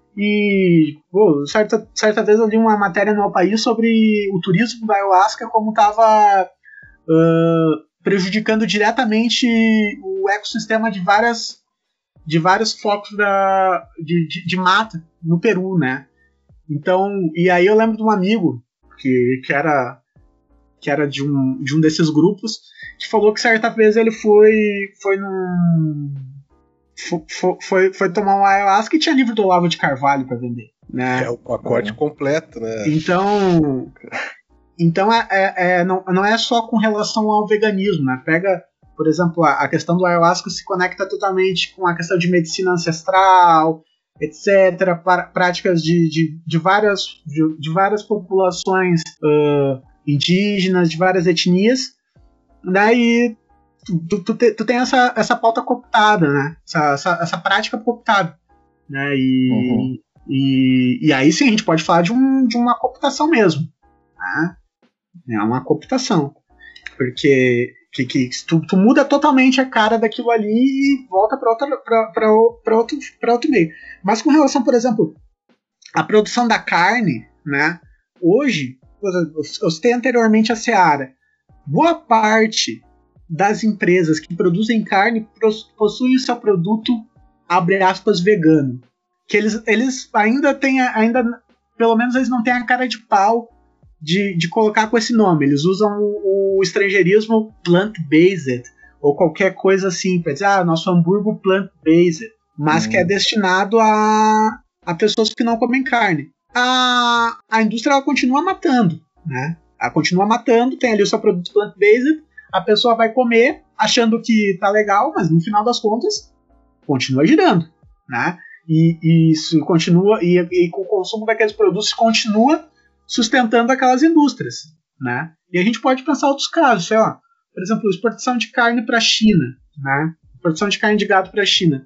E pô, certa, certa vez eu li uma matéria no El País sobre o turismo da ayahuasca, como estava uh, prejudicando diretamente o ecossistema de várias de vários focos da, de, de, de mata no Peru, né? Então, e aí eu lembro de um amigo que, que era que era de um, de um desses grupos, que falou que certa vez ele foi foi num foi, foi, foi tomar um ayahuasca e tinha livro do Olavo de Carvalho para vender, né? É o pacote é. completo, né? Então, então é, é, é, não, não é só com relação ao veganismo, né? Pega, por exemplo, a, a questão do ayahuasca se conecta totalmente com a questão de medicina ancestral, etcétera, pra, práticas de, de, de, várias, de, de várias populações uh, indígenas, de várias etnias. Daí tu, tu, tu, tu tem essa, essa pauta cooptada, né? Essa, essa, essa prática cooptada, né? E, uhum. e, e aí sim a gente pode falar de, um, de uma cooptação mesmo, né? É uma cooptação, porque que, que tu, tu muda totalmente a cara daquilo ali e volta para outro, outro meio. Mas com relação, por exemplo, à produção da carne, né? Hoje, eu citei anteriormente a Seara. Boa parte das empresas que produzem carne possuem o seu produto, abre aspas, vegano. Que eles, eles ainda têm, ainda, pelo menos eles não têm a cara de pau de, de colocar com esse nome. Eles usam o, o estrangeirismo plant-based, ou qualquer coisa assim, para dizer, ah, nosso hambúrguer plant-based, mas hum. que é destinado a, a pessoas que não comem carne. A, a indústria ela continua matando, né? Ela continua matando, tem ali o seu produto plant-based, a pessoa vai comer achando que tá legal, mas no final das contas continua girando, né? E, e isso continua, e, e com o consumo daqueles produtos continua sustentando aquelas indústrias, né? E a gente pode pensar outros casos, sei lá, por exemplo, exportação de carne para a China, né? Exportação de carne de gado para a China.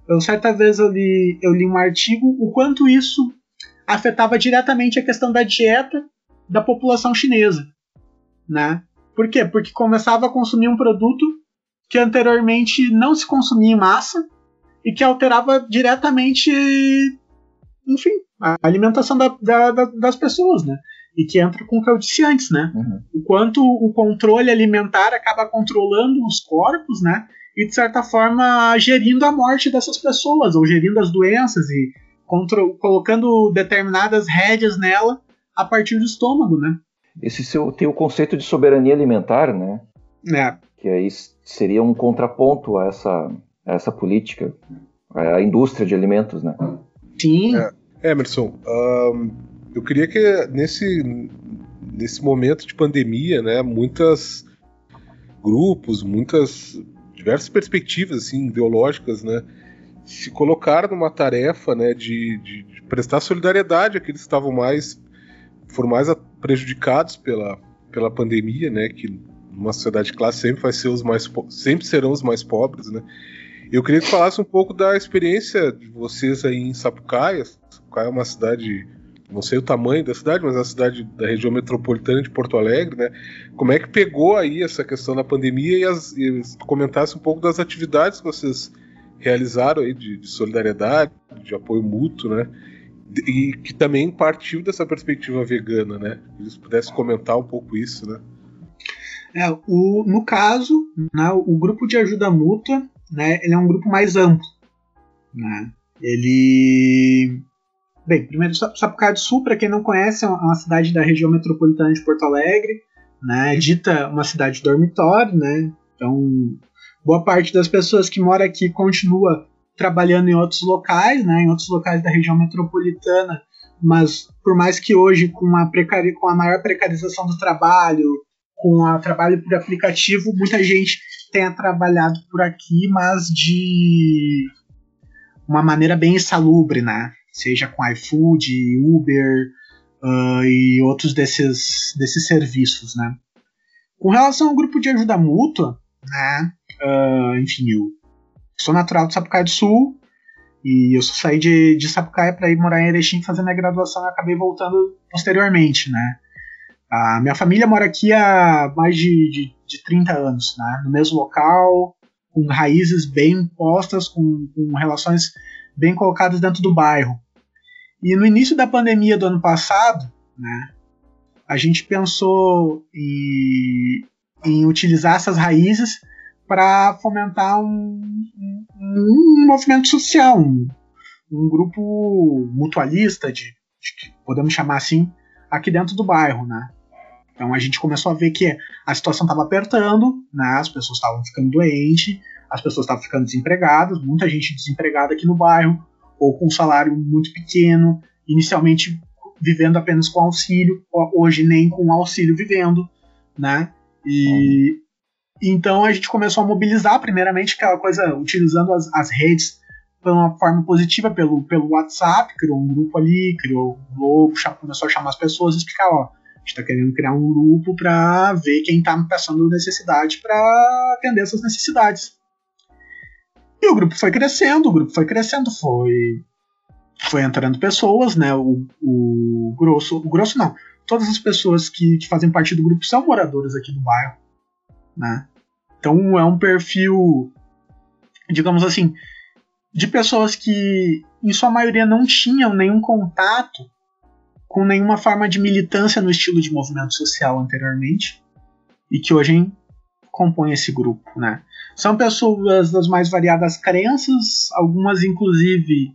Eu, certa vez eu li, eu li um artigo o quanto isso afetava diretamente a questão da dieta da população chinesa, né? Por quê? Porque começava a consumir um produto que anteriormente não se consumia em massa e que alterava diretamente, enfim, a alimentação da, da, da, das pessoas, né? E que entra com o que eu disse antes, né? Uhum. O quanto o controle alimentar acaba controlando os corpos, né? E, de certa forma, gerindo a morte dessas pessoas, ou gerindo as doenças e contro- colocando determinadas rédeas nela a partir do estômago, né? Esse seu, tem o conceito de soberania alimentar, né? É. Que aí seria um contraponto a essa, a essa política, a indústria de alimentos, né? Sim. É, Emerson, um, eu queria que nesse, nesse momento de pandemia, né, muitos grupos, muitas diversas perspectivas assim, ideológicas, né, se colocaram numa tarefa, né, de, de, de prestar solidariedade àqueles que estavam mais, foram mais prejudicados pela, pela pandemia, né, que numa sociedade de classe sempre vai ser os mais sempre serão os mais pobres, né. Eu queria que falasse um pouco da experiência de vocês aí em Sapucaia. Sapucaia é uma cidade, não sei o tamanho da cidade, mas é uma cidade da região metropolitana de Porto Alegre, né? Como é que pegou aí essa questão da pandemia e, as, e comentasse um pouco das atividades que vocês realizaram aí de, de solidariedade, de apoio mútuo, né? E que também partiu dessa perspectiva vegana, né? Se eles pudessem comentar um pouco isso, né? É, o, no caso, né, o grupo de ajuda mútua, né, ele é um grupo mais amplo, né? Ele, bem, primeiro Sapucaia do Sul, para quem não conhece, é uma cidade da região metropolitana de Porto Alegre, né, dita uma cidade dormitório, né? Então, boa parte das pessoas que moram aqui continua trabalhando em outros locais, né, em outros locais da região metropolitana, mas por mais que hoje com a, precari- com a maior precarização do trabalho, com o trabalho por aplicativo, muita gente tenha trabalhado por aqui, mas de uma maneira bem insalubre, né? Seja com iFood, Uber uh, e outros desses, desses serviços, né? Com relação ao grupo de ajuda mútua, né? Uh, enfim, eu sou natural de Sapucaia do Sul e eu só saí de, de Sapucaia para ir morar em Erechim fazer minha graduação e acabei voltando posteriormente, né? A minha família mora aqui há mais de, de, de trinta anos, né? No mesmo local, com raízes bem postas, com, com relações bem colocadas dentro do bairro. E no início da pandemia do ano passado, né, a gente pensou em, em utilizar essas raízes para fomentar um, um, um movimento social, um, um grupo mutualista, de, de, podemos chamar assim, aqui dentro do bairro, né? Então a gente começou a ver que a situação estava apertando, né? As pessoas estavam ficando doentes, as pessoas estavam ficando desempregadas, muita gente desempregada aqui no bairro, ou com um salário muito pequeno, inicialmente vivendo apenas com auxílio, hoje nem com auxílio vivendo, né? E uhum. Então a gente começou a mobilizar, primeiramente, aquela coisa, utilizando as, as redes de uma forma positiva pelo, pelo WhatsApp, criou um grupo ali, criou um logo, começou a chamar as pessoas e explicar, ó, a gente está querendo criar um grupo para ver quem está passando necessidade para atender essas necessidades. E o grupo foi crescendo, o grupo foi crescendo, foi, foi entrando pessoas, né? O, o grosso, o grosso não, todas as pessoas que, que fazem parte do grupo são moradores aqui do bairro, né? Então é um perfil, digamos assim, de pessoas que, em sua maioria, não tinham nenhum contato com nenhuma forma de militância no estilo de movimento social anteriormente e que hoje compõem esse grupo, né? São pessoas das mais variadas crenças, algumas inclusive,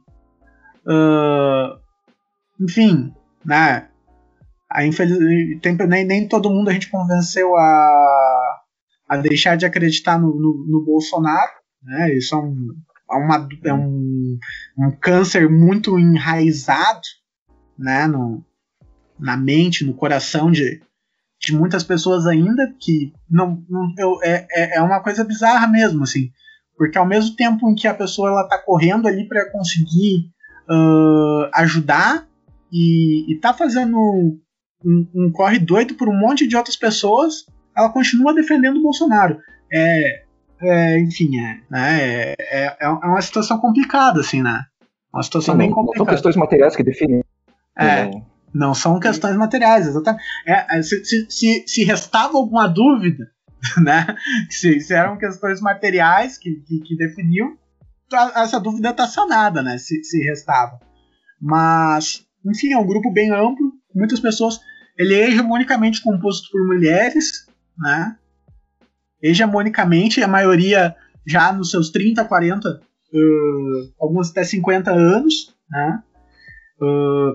uh, enfim, né? A infeliz... nem, nem todo mundo a gente convenceu a, a deixar de acreditar no, no, no Bolsonaro, né? Isso é um, é uma, é um, um câncer muito enraizado, né, no, na mente, no coração de, de muitas pessoas ainda, que não, não eu, é, é uma coisa bizarra mesmo, assim, porque ao mesmo tempo em que a pessoa ela tá correndo ali para conseguir uh, ajudar e, e tá fazendo um, um corre doido por um monte de outras pessoas, ela continua defendendo o Bolsonaro. É, é, enfim, é, né, é, é uma situação complicada, assim, né? Uma situação não, bem não, complicada. Não são questões materiais que definem. É, não. não são questões materiais, exatamente. É, se, se, se, se restava alguma dúvida, né? Se, se eram questões materiais que, que, que definiam, essa dúvida está sanada, né? Se, se restava. Mas, enfim, é um grupo bem amplo, muitas pessoas. Ele é hegemonicamente composto por mulheres, né? Hegemonicamente, a maioria já nos seus trinta, quarenta, uh, alguns até cinquenta anos, né? Uh,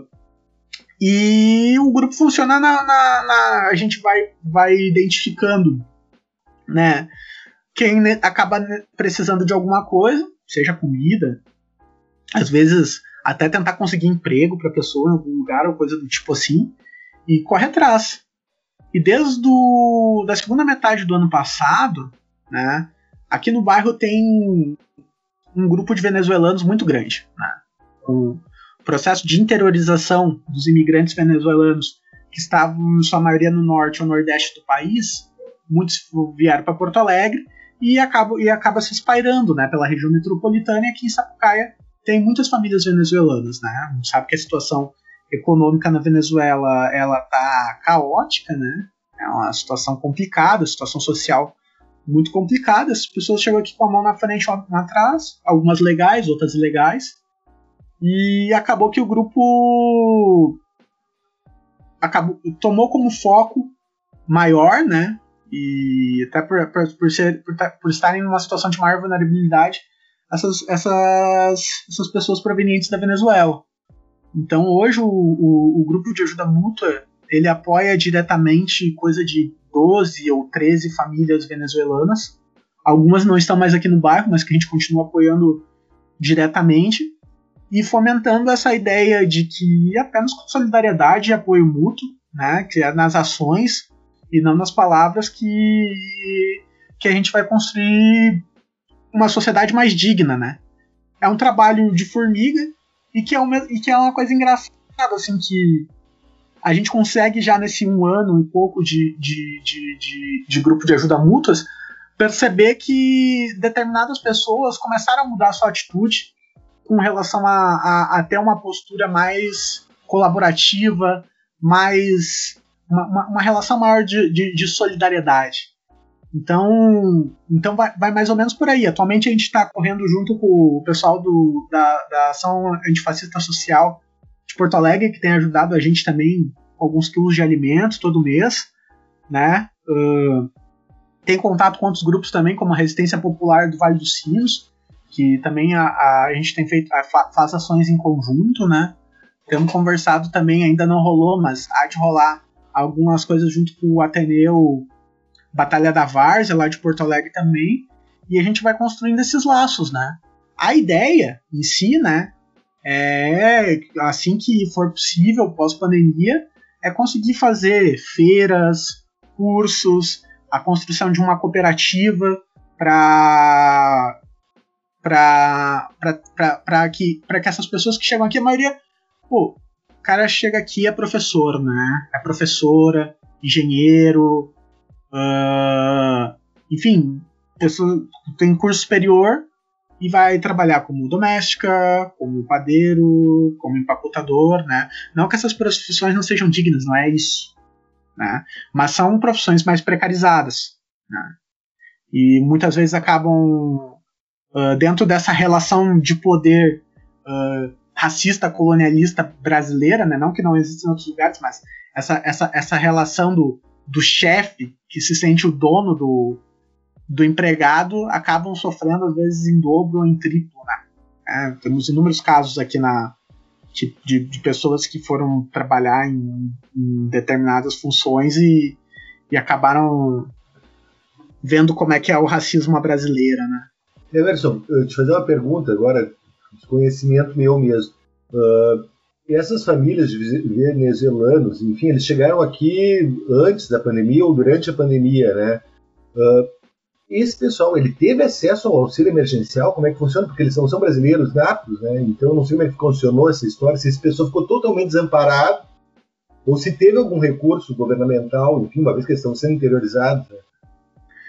e o grupo funciona na, na, na. A gente vai, vai identificando, né? Quem ne- acaba precisando de alguma coisa, seja comida, às vezes até tentar conseguir emprego para a pessoa em algum lugar ou coisa do tipo assim, e corre atrás. E desde do, da segunda metade do ano passado, né, aqui no bairro tem um grupo de venezuelanos muito grande. Né? O processo de interiorização dos imigrantes venezuelanos que estavam, em sua maioria, no norte ou nordeste do país, muitos vieram para Porto Alegre e acaba, e acaba se espalhando, né, pela região metropolitana, e aqui em Sapucaia tem muitas famílias venezuelanas. Né? A gente sabe que a situação econômica na Venezuela ela tá caótica, né? É uma situação complicada, situação social muito complicada. As pessoas chegam aqui com a mão na frente, uma atrás, algumas legais, outras ilegais, e acabou que o grupo acabou, tomou como foco maior, né? E até por, por, por, ser, por, por estarem numa situação de maior vulnerabilidade, essas, essas, essas pessoas provenientes da Venezuela. Então hoje o, o, o grupo de ajuda mútua ele apoia diretamente coisa de doze ou treze famílias venezuelanas. Algumas não estão mais aqui no bairro, mas que a gente continua apoiando diretamente e fomentando essa ideia de que apenas com solidariedade e apoio mútuo, né, que é nas ações e não nas palavras, que, que a gente vai construir uma sociedade mais digna, né? É um trabalho de formiga e que é uma, e que é uma coisa engraçada, assim, que a gente consegue já nesse um ano e pouco de, de, de, de, de grupo de ajuda mútuas perceber que determinadas pessoas começaram a mudar a sua atitude com relação a, a, a ter uma postura mais colaborativa, mais uma, uma relação maior de, de, de solidariedade. Então, então vai, vai mais ou menos por aí. Atualmente a gente está correndo junto com o pessoal do, da, da Ação Antifascista Social de Porto Alegre, que tem ajudado a gente também com alguns quilos de alimentos todo mês, né? Uh, tem contato com outros grupos também, como a Resistência Popular do Vale dos Sinos, que também a, a, a gente tem feito, a, faz ações em conjunto, né? Temos conversado também, ainda não rolou, mas há de rolar algumas coisas junto com o Ateneu Batalha da Várzea, lá de Porto Alegre também, e a gente vai construindo esses laços, né? A ideia em si, né, é, assim que for possível, pós-pandemia, é conseguir fazer feiras, cursos, a construção de uma cooperativa para para que, que essas pessoas que chegam aqui, a maioria, pô, o cara chega aqui é professor, né? É professora, engenheiro, uh, enfim, pessoa tem curso superior e vai trabalhar como doméstica, como padeiro, como empacotador, né? Não que essas profissões não sejam dignas, não é isso, né? Mas são profissões mais precarizadas, né? E muitas vezes acabam uh, dentro dessa relação de poder uh, racista, colonialista brasileira, né? Não que não exista em outros lugares, mas essa, essa, essa relação do, do chefe que se sente o dono do, do empregado acabam sofrendo às vezes em dobro ou em triplo, né? É, temos inúmeros casos aqui na, de, de, de pessoas que foram trabalhar em, em determinadas funções e, e acabaram vendo como é que é o racismo brasileiro, né? Emerson, eu te fazer uma pergunta agora, desconhecimento meu mesmo. Uh, essas famílias de venezuelanos, enfim, eles chegaram aqui antes da pandemia ou durante a pandemia, né? Uh, esse pessoal, ele teve acesso ao auxílio emergencial? Como é que funciona? Porque eles não são brasileiros natos, né? Então eu não sei como é que funcionou essa história, se esse pessoal ficou totalmente desamparado ou se teve algum recurso governamental, enfim, uma vez que eles estão sendo interiorizados, né?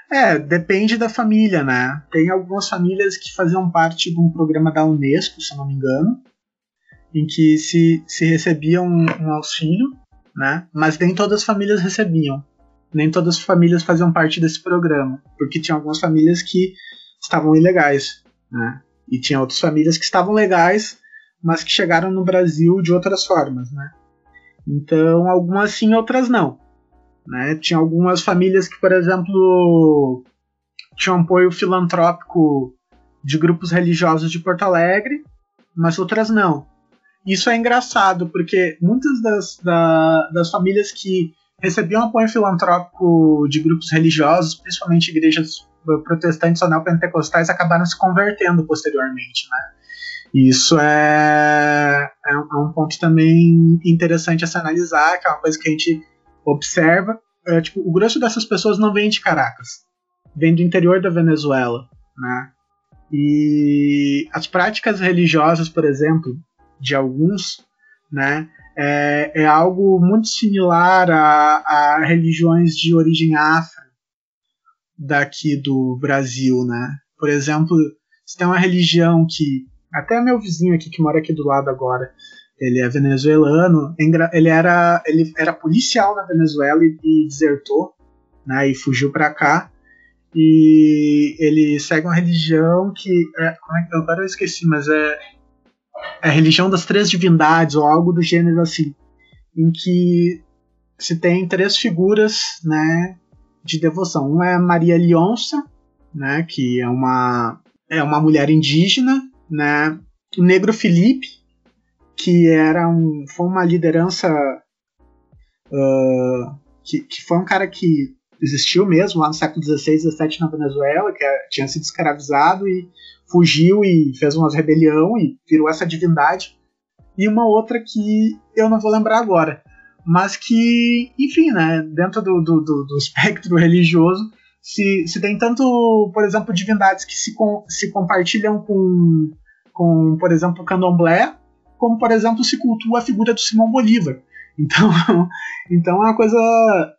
É, depende da família, né? Tem algumas famílias que faziam parte de um programa da Unesco, se não me engano, em que se, se recebia um, um auxílio, né? Mas nem todas as famílias recebiam. Nem todas as famílias faziam parte desse programa, porque tinha algumas famílias que estavam ilegais, né? E tinha outras famílias que estavam legais, mas que chegaram no Brasil de outras formas, né? Então, algumas sim, outras não. Né? Tinha algumas famílias que, por exemplo, tinham apoio filantrópico de grupos religiosos de Porto Alegre, mas outras não. Isso é engraçado, porque muitas das, da, das famílias que recebiam apoio filantrópico de grupos religiosos, principalmente igrejas protestantes ou neopentecostais, acabaram se convertendo posteriormente, né? E isso é, é, um, é um ponto também interessante a se analisar, que é uma coisa que a gente observa. É, tipo, o grosso dessas pessoas não vem de Caracas, vem do interior da Venezuela, né? E as práticas religiosas, por exemplo, de alguns, né, é, é algo muito similar a, a religiões de origem afro daqui do Brasil, né? Por exemplo, se tem uma religião que até meu vizinho aqui que mora aqui do lado agora, ele é venezuelano, ele era, ele era policial na Venezuela e, e desertou, né, e fugiu para cá. E ele segue uma religião que é, como é que, agora eu esqueci, mas é, é a religião das três divindades ou algo do gênero assim, em que se tem três figuras, né, de devoção. Uma é Maria Leonça, né, que é uma é uma mulher indígena, né, o Negro Felipe, que era um, foi uma liderança uh, que, que foi um cara que existiu mesmo lá no século dezesseis, dezessete na Venezuela, que é, tinha sido escravizado e fugiu e fez uma rebelião e virou essa divindade. E uma outra que eu não vou lembrar agora, mas que, enfim, né, dentro do, do, do, do espectro religioso, se, se tem tanto, por exemplo, divindades que se, com, se compartilham com, com, por exemplo, o candomblé, como, por exemplo, se cultua a figura do Simão Bolívar. Então, então é uma coisa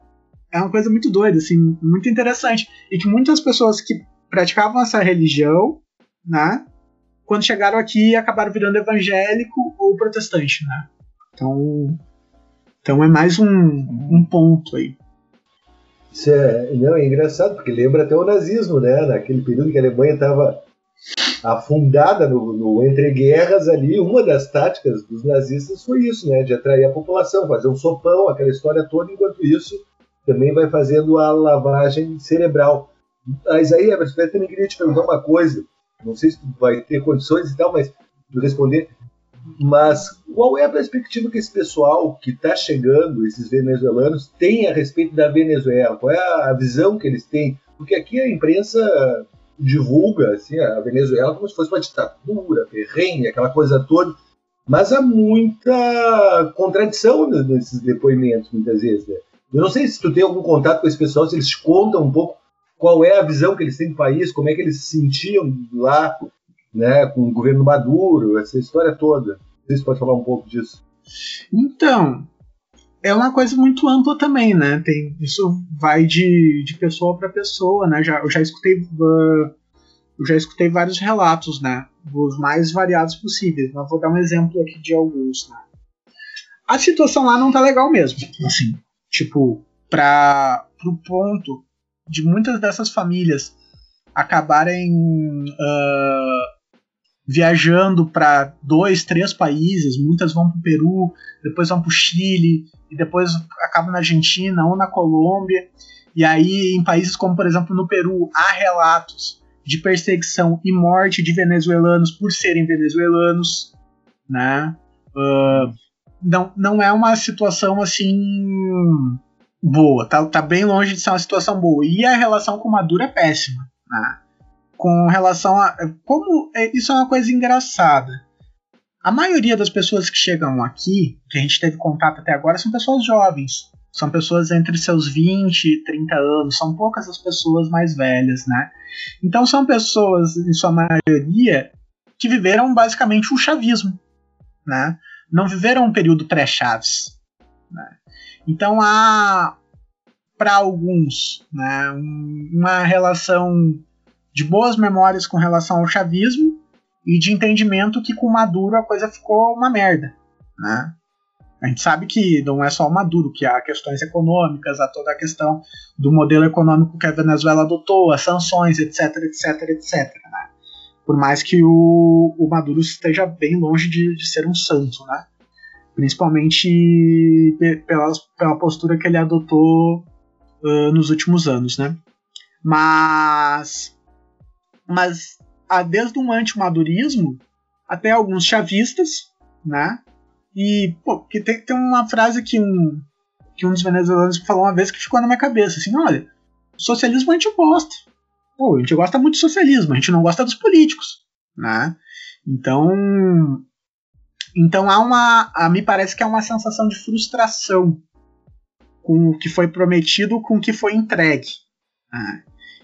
é uma coisa muito doida, assim, muito interessante. E que muitas pessoas que praticavam essa religião, né, quando chegaram aqui, acabaram virando evangélico ou protestante, né? Então, então é mais um, um ponto aí. Isso é, não, é engraçado, porque lembra até o nazismo, né? Naquele período que a Alemanha estava afundada no, no entre-guerras ali, uma das táticas dos nazistas foi isso, né? De atrair a população, fazer um sopão, aquela história toda, enquanto isso também vai fazendo a lavagem cerebral. Mas aí, Everton, eu também queria te perguntar uma coisa, não sei se tu vai ter condições e tal, mas de responder, mas qual é a perspectiva que esse pessoal que está chegando, esses venezuelanos, tem a respeito da Venezuela? Qual é a visão que eles têm? Porque aqui a imprensa divulga assim, a Venezuela como se fosse uma ditadura, ferrenha, aquela coisa toda, mas há muita contradição nesses depoimentos, muitas vezes, né? Eu não sei se tu tem algum contato com esse pessoal, se eles te contam um pouco qual é a visão que eles têm do país, como é que eles se sentiam lá, né, com o governo Maduro, essa história toda. Não sei se pode falar um pouco disso. Então, é uma coisa muito ampla também, né? Tem, isso vai de, de pessoa para pessoa, né? Já, eu já escutei uh, eu já escutei vários relatos, né? Dos mais variados possíveis. Mas vou dar um exemplo aqui de alguns, né? A situação lá não tá legal mesmo, assim. Tipo, para pro ponto de muitas dessas famílias acabarem uh, viajando para dois, três países, muitas vão para o Peru, depois vão para o Chile, e depois acabam na Argentina ou na Colômbia, e aí em países como, por exemplo, no Peru, há relatos de perseguição e morte de venezuelanos por serem venezuelanos, né? Uh, não, não é uma situação assim boa, tá, tá bem longe de ser uma situação boa, e a relação com Maduro é péssima, né? Com relação a... Como é, isso é uma coisa engraçada. A maioria das pessoas que chegam aqui, que a gente teve contato até agora, são pessoas jovens. São pessoas entre seus vinte e trinta anos. São poucas as pessoas mais velhas, né? Então são pessoas, em sua maioria, que viveram basicamente o chavismo, né? Não viveram um período pré-Chaves, né? Então há... para alguns, né, um, uma relação de boas memórias com relação ao chavismo e de entendimento que com Maduro a coisa ficou uma merda, né? A gente sabe que não é só o Maduro, que há questões econômicas, há toda a questão do modelo econômico que a Venezuela adotou, as sanções, etc, etc, etc, né? Por mais que o, o Maduro esteja bem longe de, de ser um santo, né? Principalmente pela, pela postura que ele adotou uh, nos últimos anos, né? Mas, mas desde um anti-madurismo até alguns chavistas, né? E, pô, que tem, tem uma frase que um, que um dos venezuelanos falou uma vez que ficou na minha cabeça, assim, olha, socialismo a gente gosta. Pô, a gente gosta muito do socialismo, a gente não gosta dos políticos, né? Então, então há uma, a, me parece que há uma sensação de frustração com o que foi prometido, com o que foi entregue, né?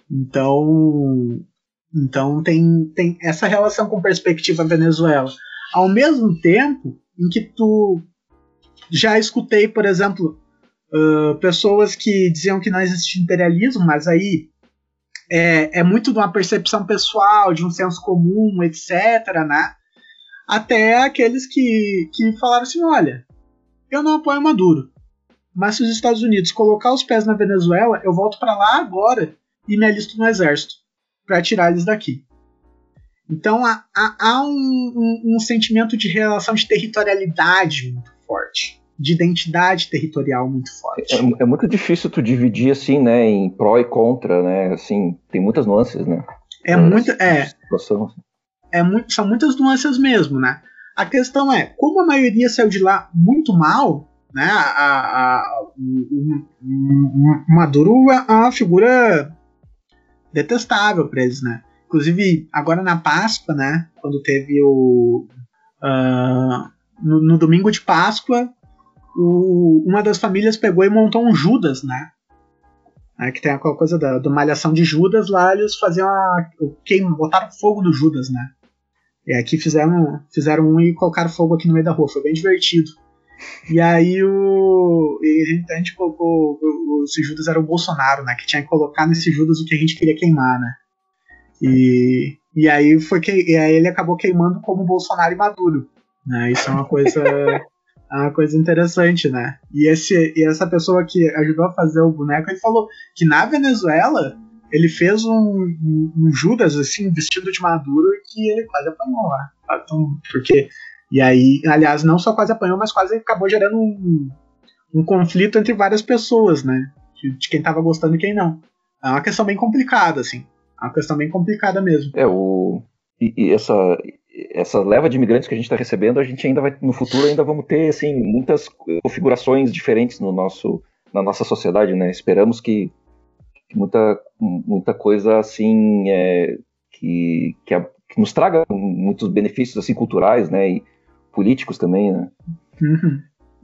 Então, então tem, tem essa relação com perspectiva Venezuela. Ao mesmo tempo em que tu já escutei, por exemplo, uh, pessoas que diziam que não existe imperialismo, mas aí é, é muito de uma percepção pessoal, de um senso comum, etc, né? Até aqueles que, que falaram assim, olha, eu não apoio Maduro, mas se os Estados Unidos colocar os pés na Venezuela, eu volto para lá agora e me alisto no exército para tirar eles daqui. Então há, há, há um, um, um sentimento de relação de territorialidade muito forte, de identidade territorial muito forte. É, é muito difícil tu dividir assim, né, em pró e contra, né? Assim, tem muitas nuances, né? É muito, é, situação. é muito, são muitas nuances mesmo, né? A questão é, como a maioria saiu de lá muito mal, né? A, a, o, o, o Maduro é uma figura detestável para eles, né? Inclusive, agora na Páscoa, né, quando teve o... Uh, no, no domingo de Páscoa, o, uma das famílias pegou e montou um Judas, né? É, que tem aquela coisa da, da malhação de Judas, lá eles faziam a... Queim, botaram fogo no Judas, né? E aqui fizeram, fizeram um e colocaram fogo aqui no meio da rua, foi bem divertido. E aí o... E a, gente, a gente colocou... O, esse Judas era o Bolsonaro, né? Que tinha que colocar nesse Judas o que a gente queria queimar, né? E, e, aí foi que, e aí ele acabou queimando como Bolsonaro e Maduro, né? Isso é uma coisa, é uma coisa interessante, né? E, esse, e essa pessoa que ajudou a fazer o boneco, ele falou que na Venezuela ele fez um, um, um Judas assim, vestido de Maduro e que ele quase apanhou lá. Então, porque, e aí, aliás, não só quase apanhou, mas quase acabou gerando um, um conflito entre várias pessoas, né? De, de quem estava gostando e quem não. É uma questão bem complicada, assim. É uma questão bem complicada mesmo. É, o, e, e essa, essa leva de imigrantes que a gente está recebendo, a gente ainda vai, no futuro, ainda vamos ter, assim, muitas configurações diferentes no nosso, na nossa sociedade, né? Esperamos que, que muita, muita coisa, assim, é, que, que, a, que nos traga muitos benefícios, assim, culturais, né? E políticos também, né? Uhum.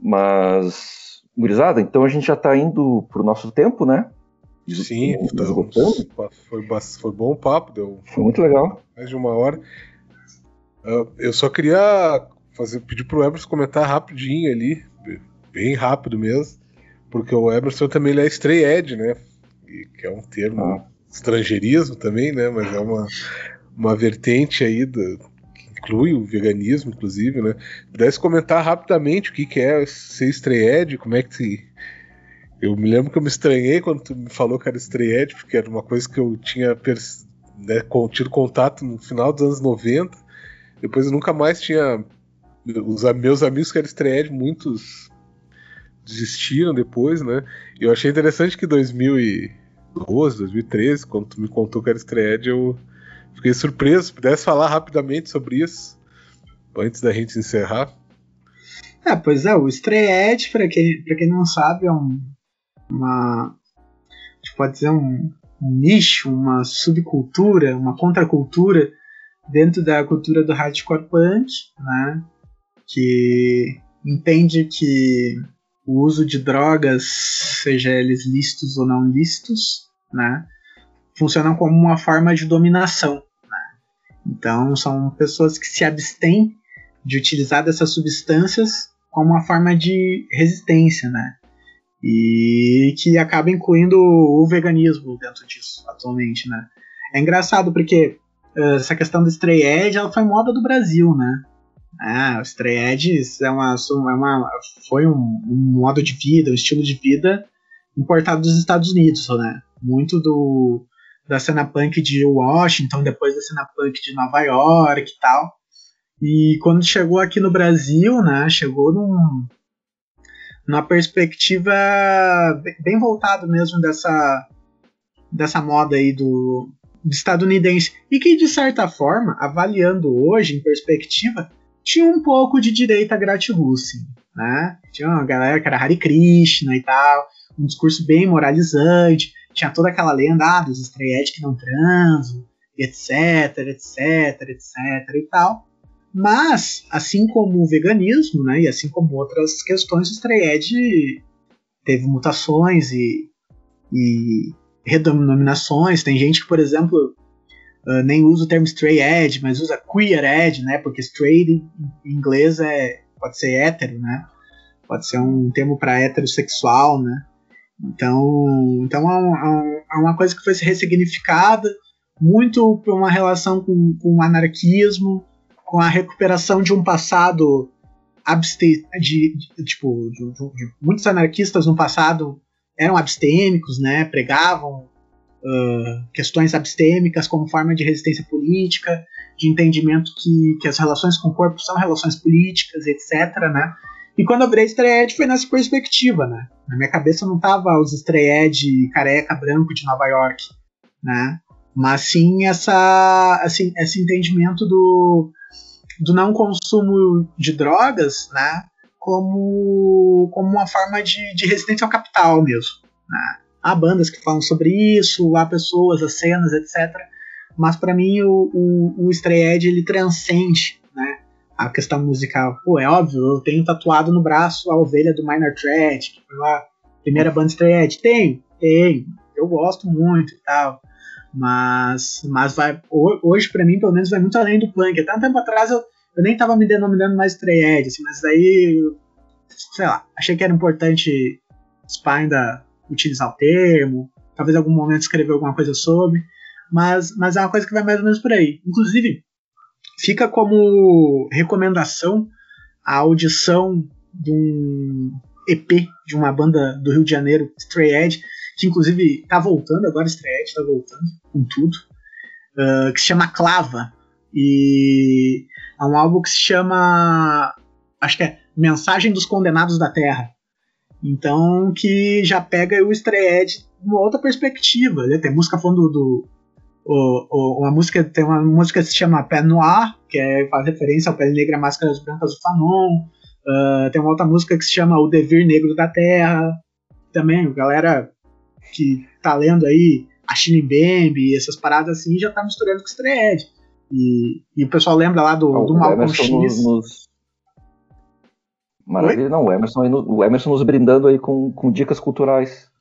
Mas, gurizada, então a gente já está indo pro nosso tempo, né? Sim, tá, foi, foi bom o papo, deu foi muito legal. Mais de uma hora. Uh, eu só queria fazer, pedir pro Emerson comentar rapidinho ali, bem rápido mesmo, porque o Emerson também ele é stray edge, né? E, que é um termo ah. estrangeirismo também, né? Mas é uma, uma vertente aí do, que inclui o veganismo, inclusive, né? Pudesse comentar rapidamente o que, que é ser stray edge, como é que se... Eu me lembro que eu me estranhei quando tu me falou que era stray edge, porque era uma coisa que eu tinha pers- né, tido contato no final dos anos noventa. Depois eu nunca mais tinha... Os meus amigos que eram stray edge, muitos desistiram depois, né? E eu achei interessante que em dois mil e doze, dois mil e treze, quando tu me contou que era stray edge, eu fiquei surpreso. Se pudesse falar rapidamente sobre isso, antes da gente encerrar. É, pois é, o stray edge, pra quem, pra quem não sabe, é um uma, a gente pode dizer um, um nicho, uma subcultura, uma contracultura dentro da cultura do hardcore punk, né, que entende que o uso de drogas, seja eles lícitos ou não lícitos, né, funcionam como uma forma de dominação, né? Então são pessoas que se abstêm de utilizar dessas substâncias como uma forma de resistência, né? e que acaba incluindo o veganismo dentro disso atualmente, né? É engraçado porque uh, essa questão do Stray Edge ela foi moda do Brasil, né? Ah, o Stray Edge é uma, é uma, foi um, um modo de vida, um estilo de vida importado dos Estados Unidos, né? Muito do, da cena punk de Washington, depois da cena punk de Nova York e tal. E quando chegou aqui no Brasil, né? Chegou num, numa perspectiva bem voltado mesmo dessa, dessa moda aí do, do estadunidense. E que, de certa forma, avaliando hoje em perspectiva, tinha um pouco de direita gratiluz, né? Tinha uma galera que era Hare Krishna e tal, um discurso bem moralizante, tinha toda aquela lenda ah, dos Stray Edge que não transam, etc, etc, etc e tal. Mas, assim como o veganismo, né, e assim como outras questões, o Stray Edge teve mutações e, e redenominações. Tem gente que, por exemplo, uh, nem usa o termo Stray Edge, mas usa Queer Edge, né, porque straight em inglês é, pode ser hétero, né, pode ser um termo para heterossexual, né. Então, então é, um, é uma coisa que foi ressignificada muito por uma relação com, com o anarquismo, com a recuperação de um passado abste de, de, tipo, de, de, de, muitos anarquistas no passado eram abstêmicos, né, pregavam uh, questões abstêmicas como forma de resistência política, de entendimento que, que as relações com o corpo são relações políticas, etc, né. E quando eu virei Stray Edge foi nessa perspectiva, né. Na minha cabeça não tava os Stray Edge careca branco de Nova York, né, mas sim essa, assim, esse entendimento do do não consumo de drogas, né, como, como uma forma de, de resistência ao capital mesmo. Né. Há bandas que falam sobre isso, há pessoas, as cenas, etcétera. Mas para mim o, o, o Stray Edge ele transcende, né, a questão musical. Pô, é óbvio, eu tenho tatuado no braço a ovelha do Minor Threat, que foi a primeira banda Stray Edge. Tenho, tenho, eu gosto muito e tal. Mas, mas vai, hoje pra mim pelo menos vai muito além do punk. Até um tempo atrás eu, eu nem tava me denominando mais Stray Edge, assim, mas daí, sei lá, achei que era importante Spa ainda utilizar o termo, talvez em algum momento escrever alguma coisa sobre, mas, mas é uma coisa que vai mais ou menos por aí. Inclusive, fica como recomendação a audição de um E P de uma banda do Rio de Janeiro, Stray Edge, que inclusive tá voltando agora, Stray Edge tá voltando com tudo, uh, que se chama Clava, e é um álbum que se chama, acho que é Mensagem dos Condenados da Terra, então que já pega o Stray Edge numa outra perspectiva, né? Tem música falando do, do o, o, uma música, tem uma música que se chama Pé Noir, que é, faz referência ao Pele Negra, Máscaras Brancas do Fanon, uh, tem uma outra música que se chama O Devir Negro da Terra, também, galera que tá lendo aí a Chine Bembe, essas paradas assim, já tá misturando com o Stray Edge. E, e o pessoal lembra lá do, não, do Malcolm X. Nos, nos... Maravilha, Oi? não, o Emerson, o Emerson nos brindando aí com, com dicas culturais.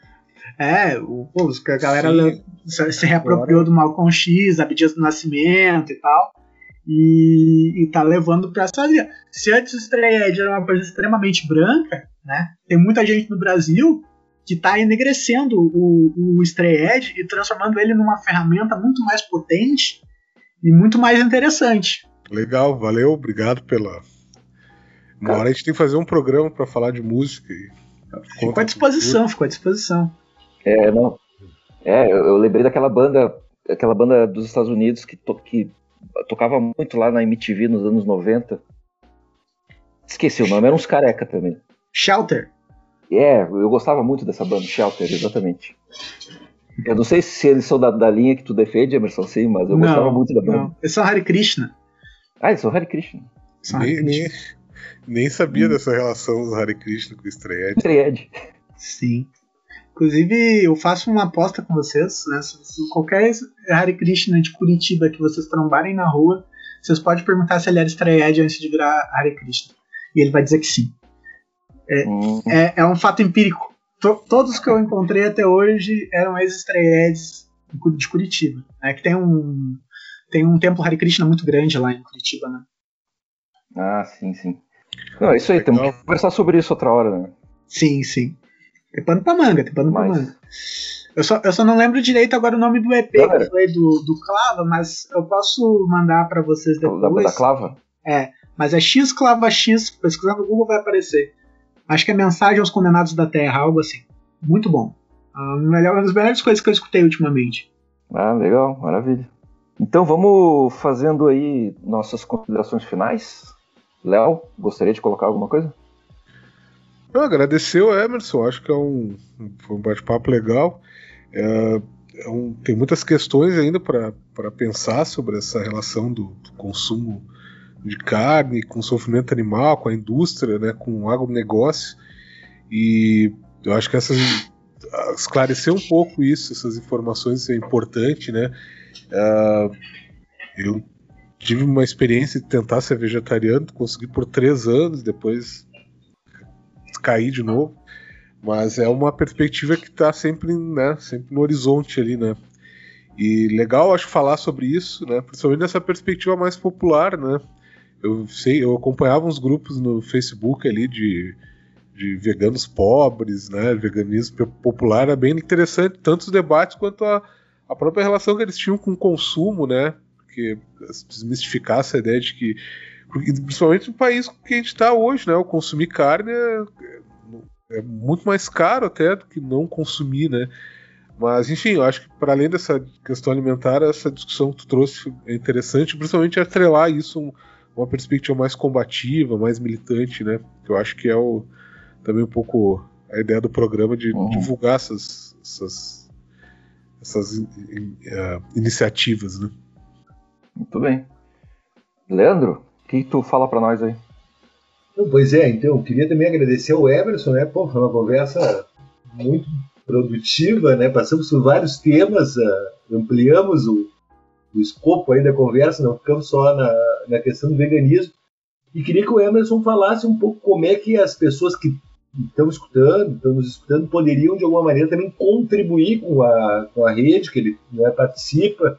É, o, pô, a galera se, se reapropriou do Malcolm X, Abdias do Nascimento e tal, e, e tá levando pra essa linha. Se antes o Stray Edge era uma coisa extremamente branca, né, tem muita gente no Brasil que está enegrecendo o, o Stray Edge e transformando ele numa ferramenta muito mais potente e muito mais interessante. Legal, valeu, obrigado pela... Uma hora a gente tem que fazer um programa para falar de música. E... Ficou à disposição, ficou à disposição. É, não. É, eu, eu lembrei daquela banda, aquela banda dos Estados Unidos que, to, que tocava muito lá na M T V nos anos noventa. Esqueci o nome, eram uns careca também. Shelter. É, eu gostava muito dessa banda, Shelter, exatamente. Eu não sei se eles são da, da linha que tu defende, Emerson, sim, mas eu não, gostava muito da banda. Não, eles são Hare Krishna. Ah, eles são Hare Krishna. São nem, Hare Krishna. Nem, nem sabia hum. dessa relação dos Hare Krishna com o Stray Edge. Stray Edge. Sim. Inclusive, eu faço uma aposta com vocês, né? Se, se qualquer Hare Krishna de Curitiba que vocês trombarem na rua, vocês podem perguntar se ele era Stray Edge antes de virar Hare Krishna. E ele vai dizer que sim. É, hum. é, é um fato empírico. To, todos que eu encontrei até hoje eram ex-Stray Edges de Curitiba. Né, que tem um, tem um templo Hare Krishna muito grande lá em Curitiba, né? Ah, sim, sim. Não, é isso aí, Legal. Temos que conversar sobre isso outra hora, né? Sim, sim. Tem pano pra manga, tem pano Mas- pra manga. Eu só, eu só não lembro direito agora o nome do E P que Galera. foi do, do Clava, mas eu posso mandar pra vocês Da, depois. da Clava? É, mas é X Clava X, pesquisando no Google vai aparecer. Acho que é Mensagem aos Condenados da Terra, algo assim. Muito bom. Ah, melhor- uma das melhores coisas que eu escutei ultimamente. Ah, legal, maravilha. Então vamos fazendo aí nossas considerações finais. Léo, gostaria de colocar alguma coisa? Eu agradecer o Emerson, acho que é um, foi um bate-papo legal. É, é um- tem muitas questões ainda para pensar sobre essa relação do, do consumo de carne com o sofrimento animal, com a indústria, né, com o agronegócio. E eu acho que essas, esclarecer um pouco isso, essas informações é importante, né? É, eu tive uma experiência de tentar ser vegetariano, consegui por três anos, depois cair de novo, mas é uma perspectiva que está sempre, né, sempre no horizonte ali, né? E legal, acho, falar sobre isso, né? Principalmente nessa perspectiva mais popular, né? Eu sei, eu acompanhava uns grupos no Facebook ali de, de veganos pobres, né? Veganismo popular, era bem interessante, tanto os debates quanto a, a própria relação que eles tinham com o consumo, né? Porque desmistificar essa ideia de que, principalmente no país que a gente está hoje, né? O consumir carne é, é muito mais caro até do que não consumir, né? Mas, enfim, eu acho que para além dessa questão alimentar, essa discussão que tu trouxe é interessante, principalmente atrelar isso um, uma perspectiva mais combativa, mais militante, né? Que eu acho que é o, também um pouco a ideia do programa de Uhum. divulgar essas, essas, essas in, in, uh, iniciativas, né? Muito bem. Leandro, o que tu fala para nós aí? Então, pois é, então, eu queria também agradecer ao Emerson, né? Pô, foi uma conversa muito produtiva, né? Passamos por vários temas, uh, ampliamos o, o escopo aí da conversa, não ficamos só na, na questão do veganismo. E queria que o Emerson falasse um pouco como é que as pessoas que estão escutando, estão nos escutando, poderiam de alguma maneira também contribuir com a, com a rede que ele, né, participa.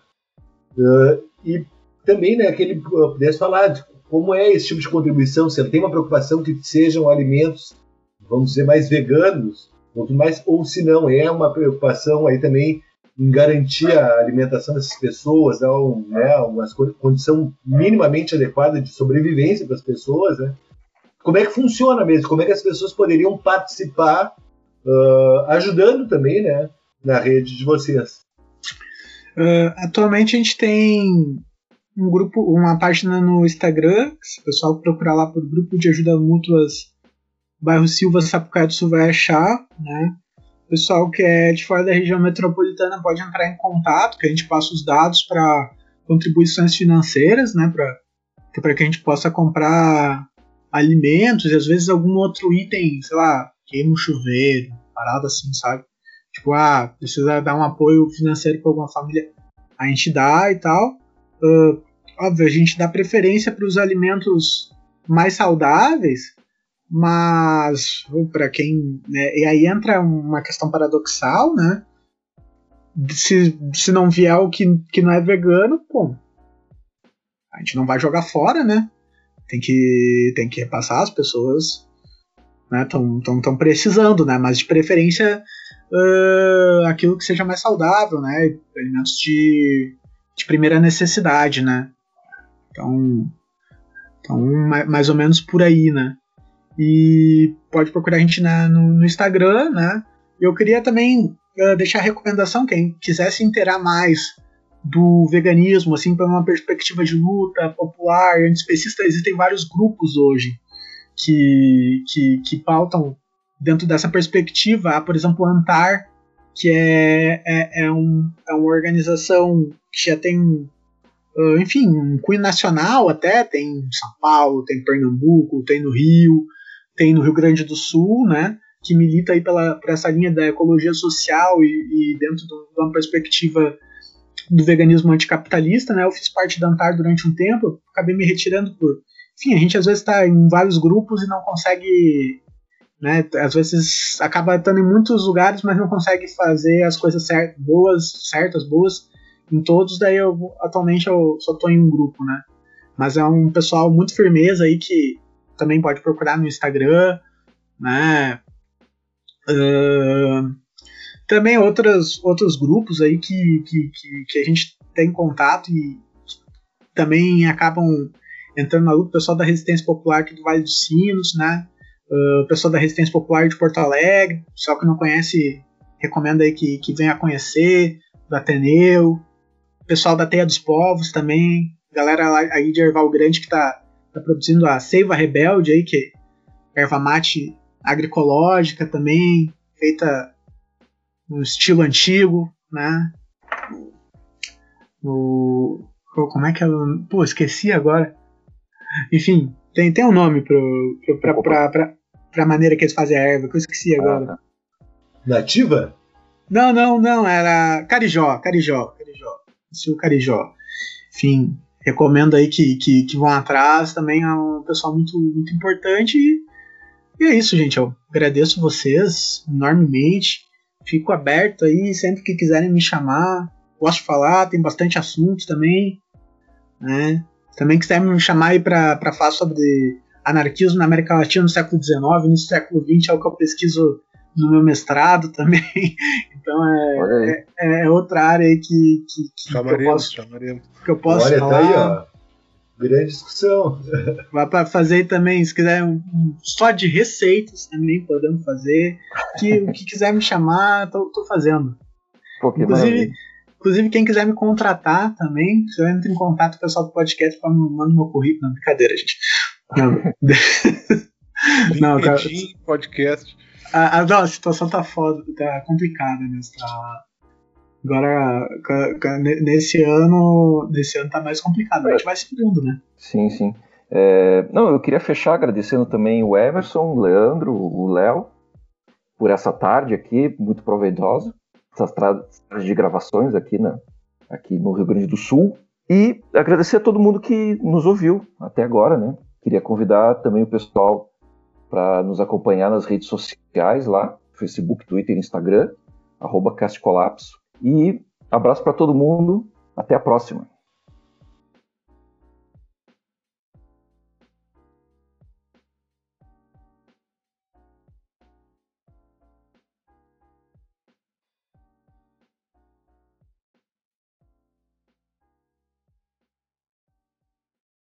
Uh, e também, né, que ele uh, pudesse falar de como é esse tipo de contribuição, se ele tem uma preocupação que sejam alimentos, vamos dizer, mais veganos, ou, mais, ou se não, é uma preocupação aí também em garantir a alimentação dessas pessoas, dar um, né, uma condição minimamente adequada de sobrevivência para as pessoas, né? Como é que funciona mesmo? Como é que as pessoas poderiam participar, uh, ajudando também, né, na rede de vocês? Uh, atualmente a gente tem um grupo, uma página no Instagram, que se o pessoal procurar lá por Grupo de Ajuda Mútuas Bairro Silva, Sapucaia do Sul, vai achar, né? O pessoal que é de fora da região metropolitana pode entrar em contato, que a gente passa os dados para contribuições financeiras, né? Para que a gente possa comprar alimentos e às vezes algum outro item, sei lá, queima um chuveiro, parada assim, sabe? Tipo, ah, precisa dar um apoio financeiro para alguma família, a gente dá e tal. Uh, óbvio, a gente dá preferência para os alimentos mais saudáveis, mas para quem, né, e aí entra uma questão paradoxal, né? Se, se não vier o que, que não é vegano, pô, a gente não vai jogar fora, né? Tem que, tem que repassar, as pessoas estão, né, tão, tão precisando, né? Mas de preferência uh, aquilo que seja mais saudável, né? Alimentos de, de primeira necessidade, né? Então, então mais ou menos por aí, né? E pode procurar a gente na, no, no Instagram, né? Eu queria também uh, deixar a recomendação, quem quiser se inteirar mais do veganismo, assim, para uma perspectiva de luta popular, antiespecista, existem vários grupos hoje que, que, que pautam dentro dessa perspectiva. Há, por exemplo, o Antar, que é, é, é, um, é uma organização que já tem, uh, enfim, um cunho nacional até, tem em São Paulo, tem em Pernambuco, tem no Rio, tem no Rio Grande do Sul, né, que milita aí pela, por essa linha da ecologia social e, e dentro de uma perspectiva do veganismo anticapitalista, né? Eu fiz parte da Antar durante um tempo, acabei me retirando por... Enfim, a gente às vezes está em vários grupos e não consegue... Né? Às vezes acaba estando em muitos lugares, mas não consegue fazer as coisas cert- boas, certas, boas em todos, daí eu, atualmente eu só estou em um grupo, né? Mas é um pessoal muito firmeza aí que também pode procurar no Instagram, né? Uh, também outras, outros grupos aí que, que, que, que a gente tem contato e também acabam entrando na luta, o pessoal da Resistência Popular aqui do Vale dos Sinos, né? Uh, o pessoal da Resistência Popular de Porto Alegre, o pessoal que não conhece, recomendo aí que, que venha conhecer, do Ateneu, o pessoal da Teia dos Povos também, galera lá aí de Erval Grande que tá, tá produzindo a Seiva Rebelde aí, que é erva mate agroecológica também, feita no estilo antigo, né? No, como é que é? Pô, esqueci agora. Enfim, tem, tem um nome pro, pro, pra, pra, pra, pra maneira que eles fazem a erva, que eu esqueci agora. Nativa? Não, não, não, era Carijó, Carijó, Carijó. Estilo Carijó. Enfim, recomendo aí que, que, que vão atrás, também é um pessoal muito, muito importante. E, e é isso, gente. Eu agradeço vocês enormemente. Fico aberto aí, sempre que quiserem me chamar. Gosto de falar, tem bastante assunto também, né? Também quiserem me chamar aí para falar sobre anarquismo na América Latina no século dezenove, no século vinte, é o que eu pesquiso no meu mestrado também. Então é, é, é outra área aí que, que, que, chamaremos, que eu posso, chamaremos. Que eu posso Olha, falar. Tá aí, ó. Grande discussão. Vai para fazer também, se quiser um, um, só de receitas também podemos fazer. Que, o que quiser me chamar, tô, tô fazendo. Pô, que Inclusive, maravilha. Inclusive, quem quiser me contratar também, se eu entro em contato com o pessoal do podcast para me mandar meu currículo. Não, brincadeira, gente. Não, não cara. Podcast. A, a, não, a situação tá foda, tá complicada, né? Tá... Agora, nesse ano, nesse ano tá mais complicado. A gente vai se virando, né? Sim, sim. É, não, eu queria fechar agradecendo também o Emerson, o Leandro, o Léo, por essa tarde aqui, muito proveitosa. Essas tardes de gravações aqui, na, aqui no Rio Grande do Sul. E agradecer a todo mundo que nos ouviu até agora, né? Queria convidar também o pessoal para nos acompanhar nas redes sociais lá, Facebook, Twitter, Instagram, arroba Cast Colapso. E abraço para todo mundo, até a próxima.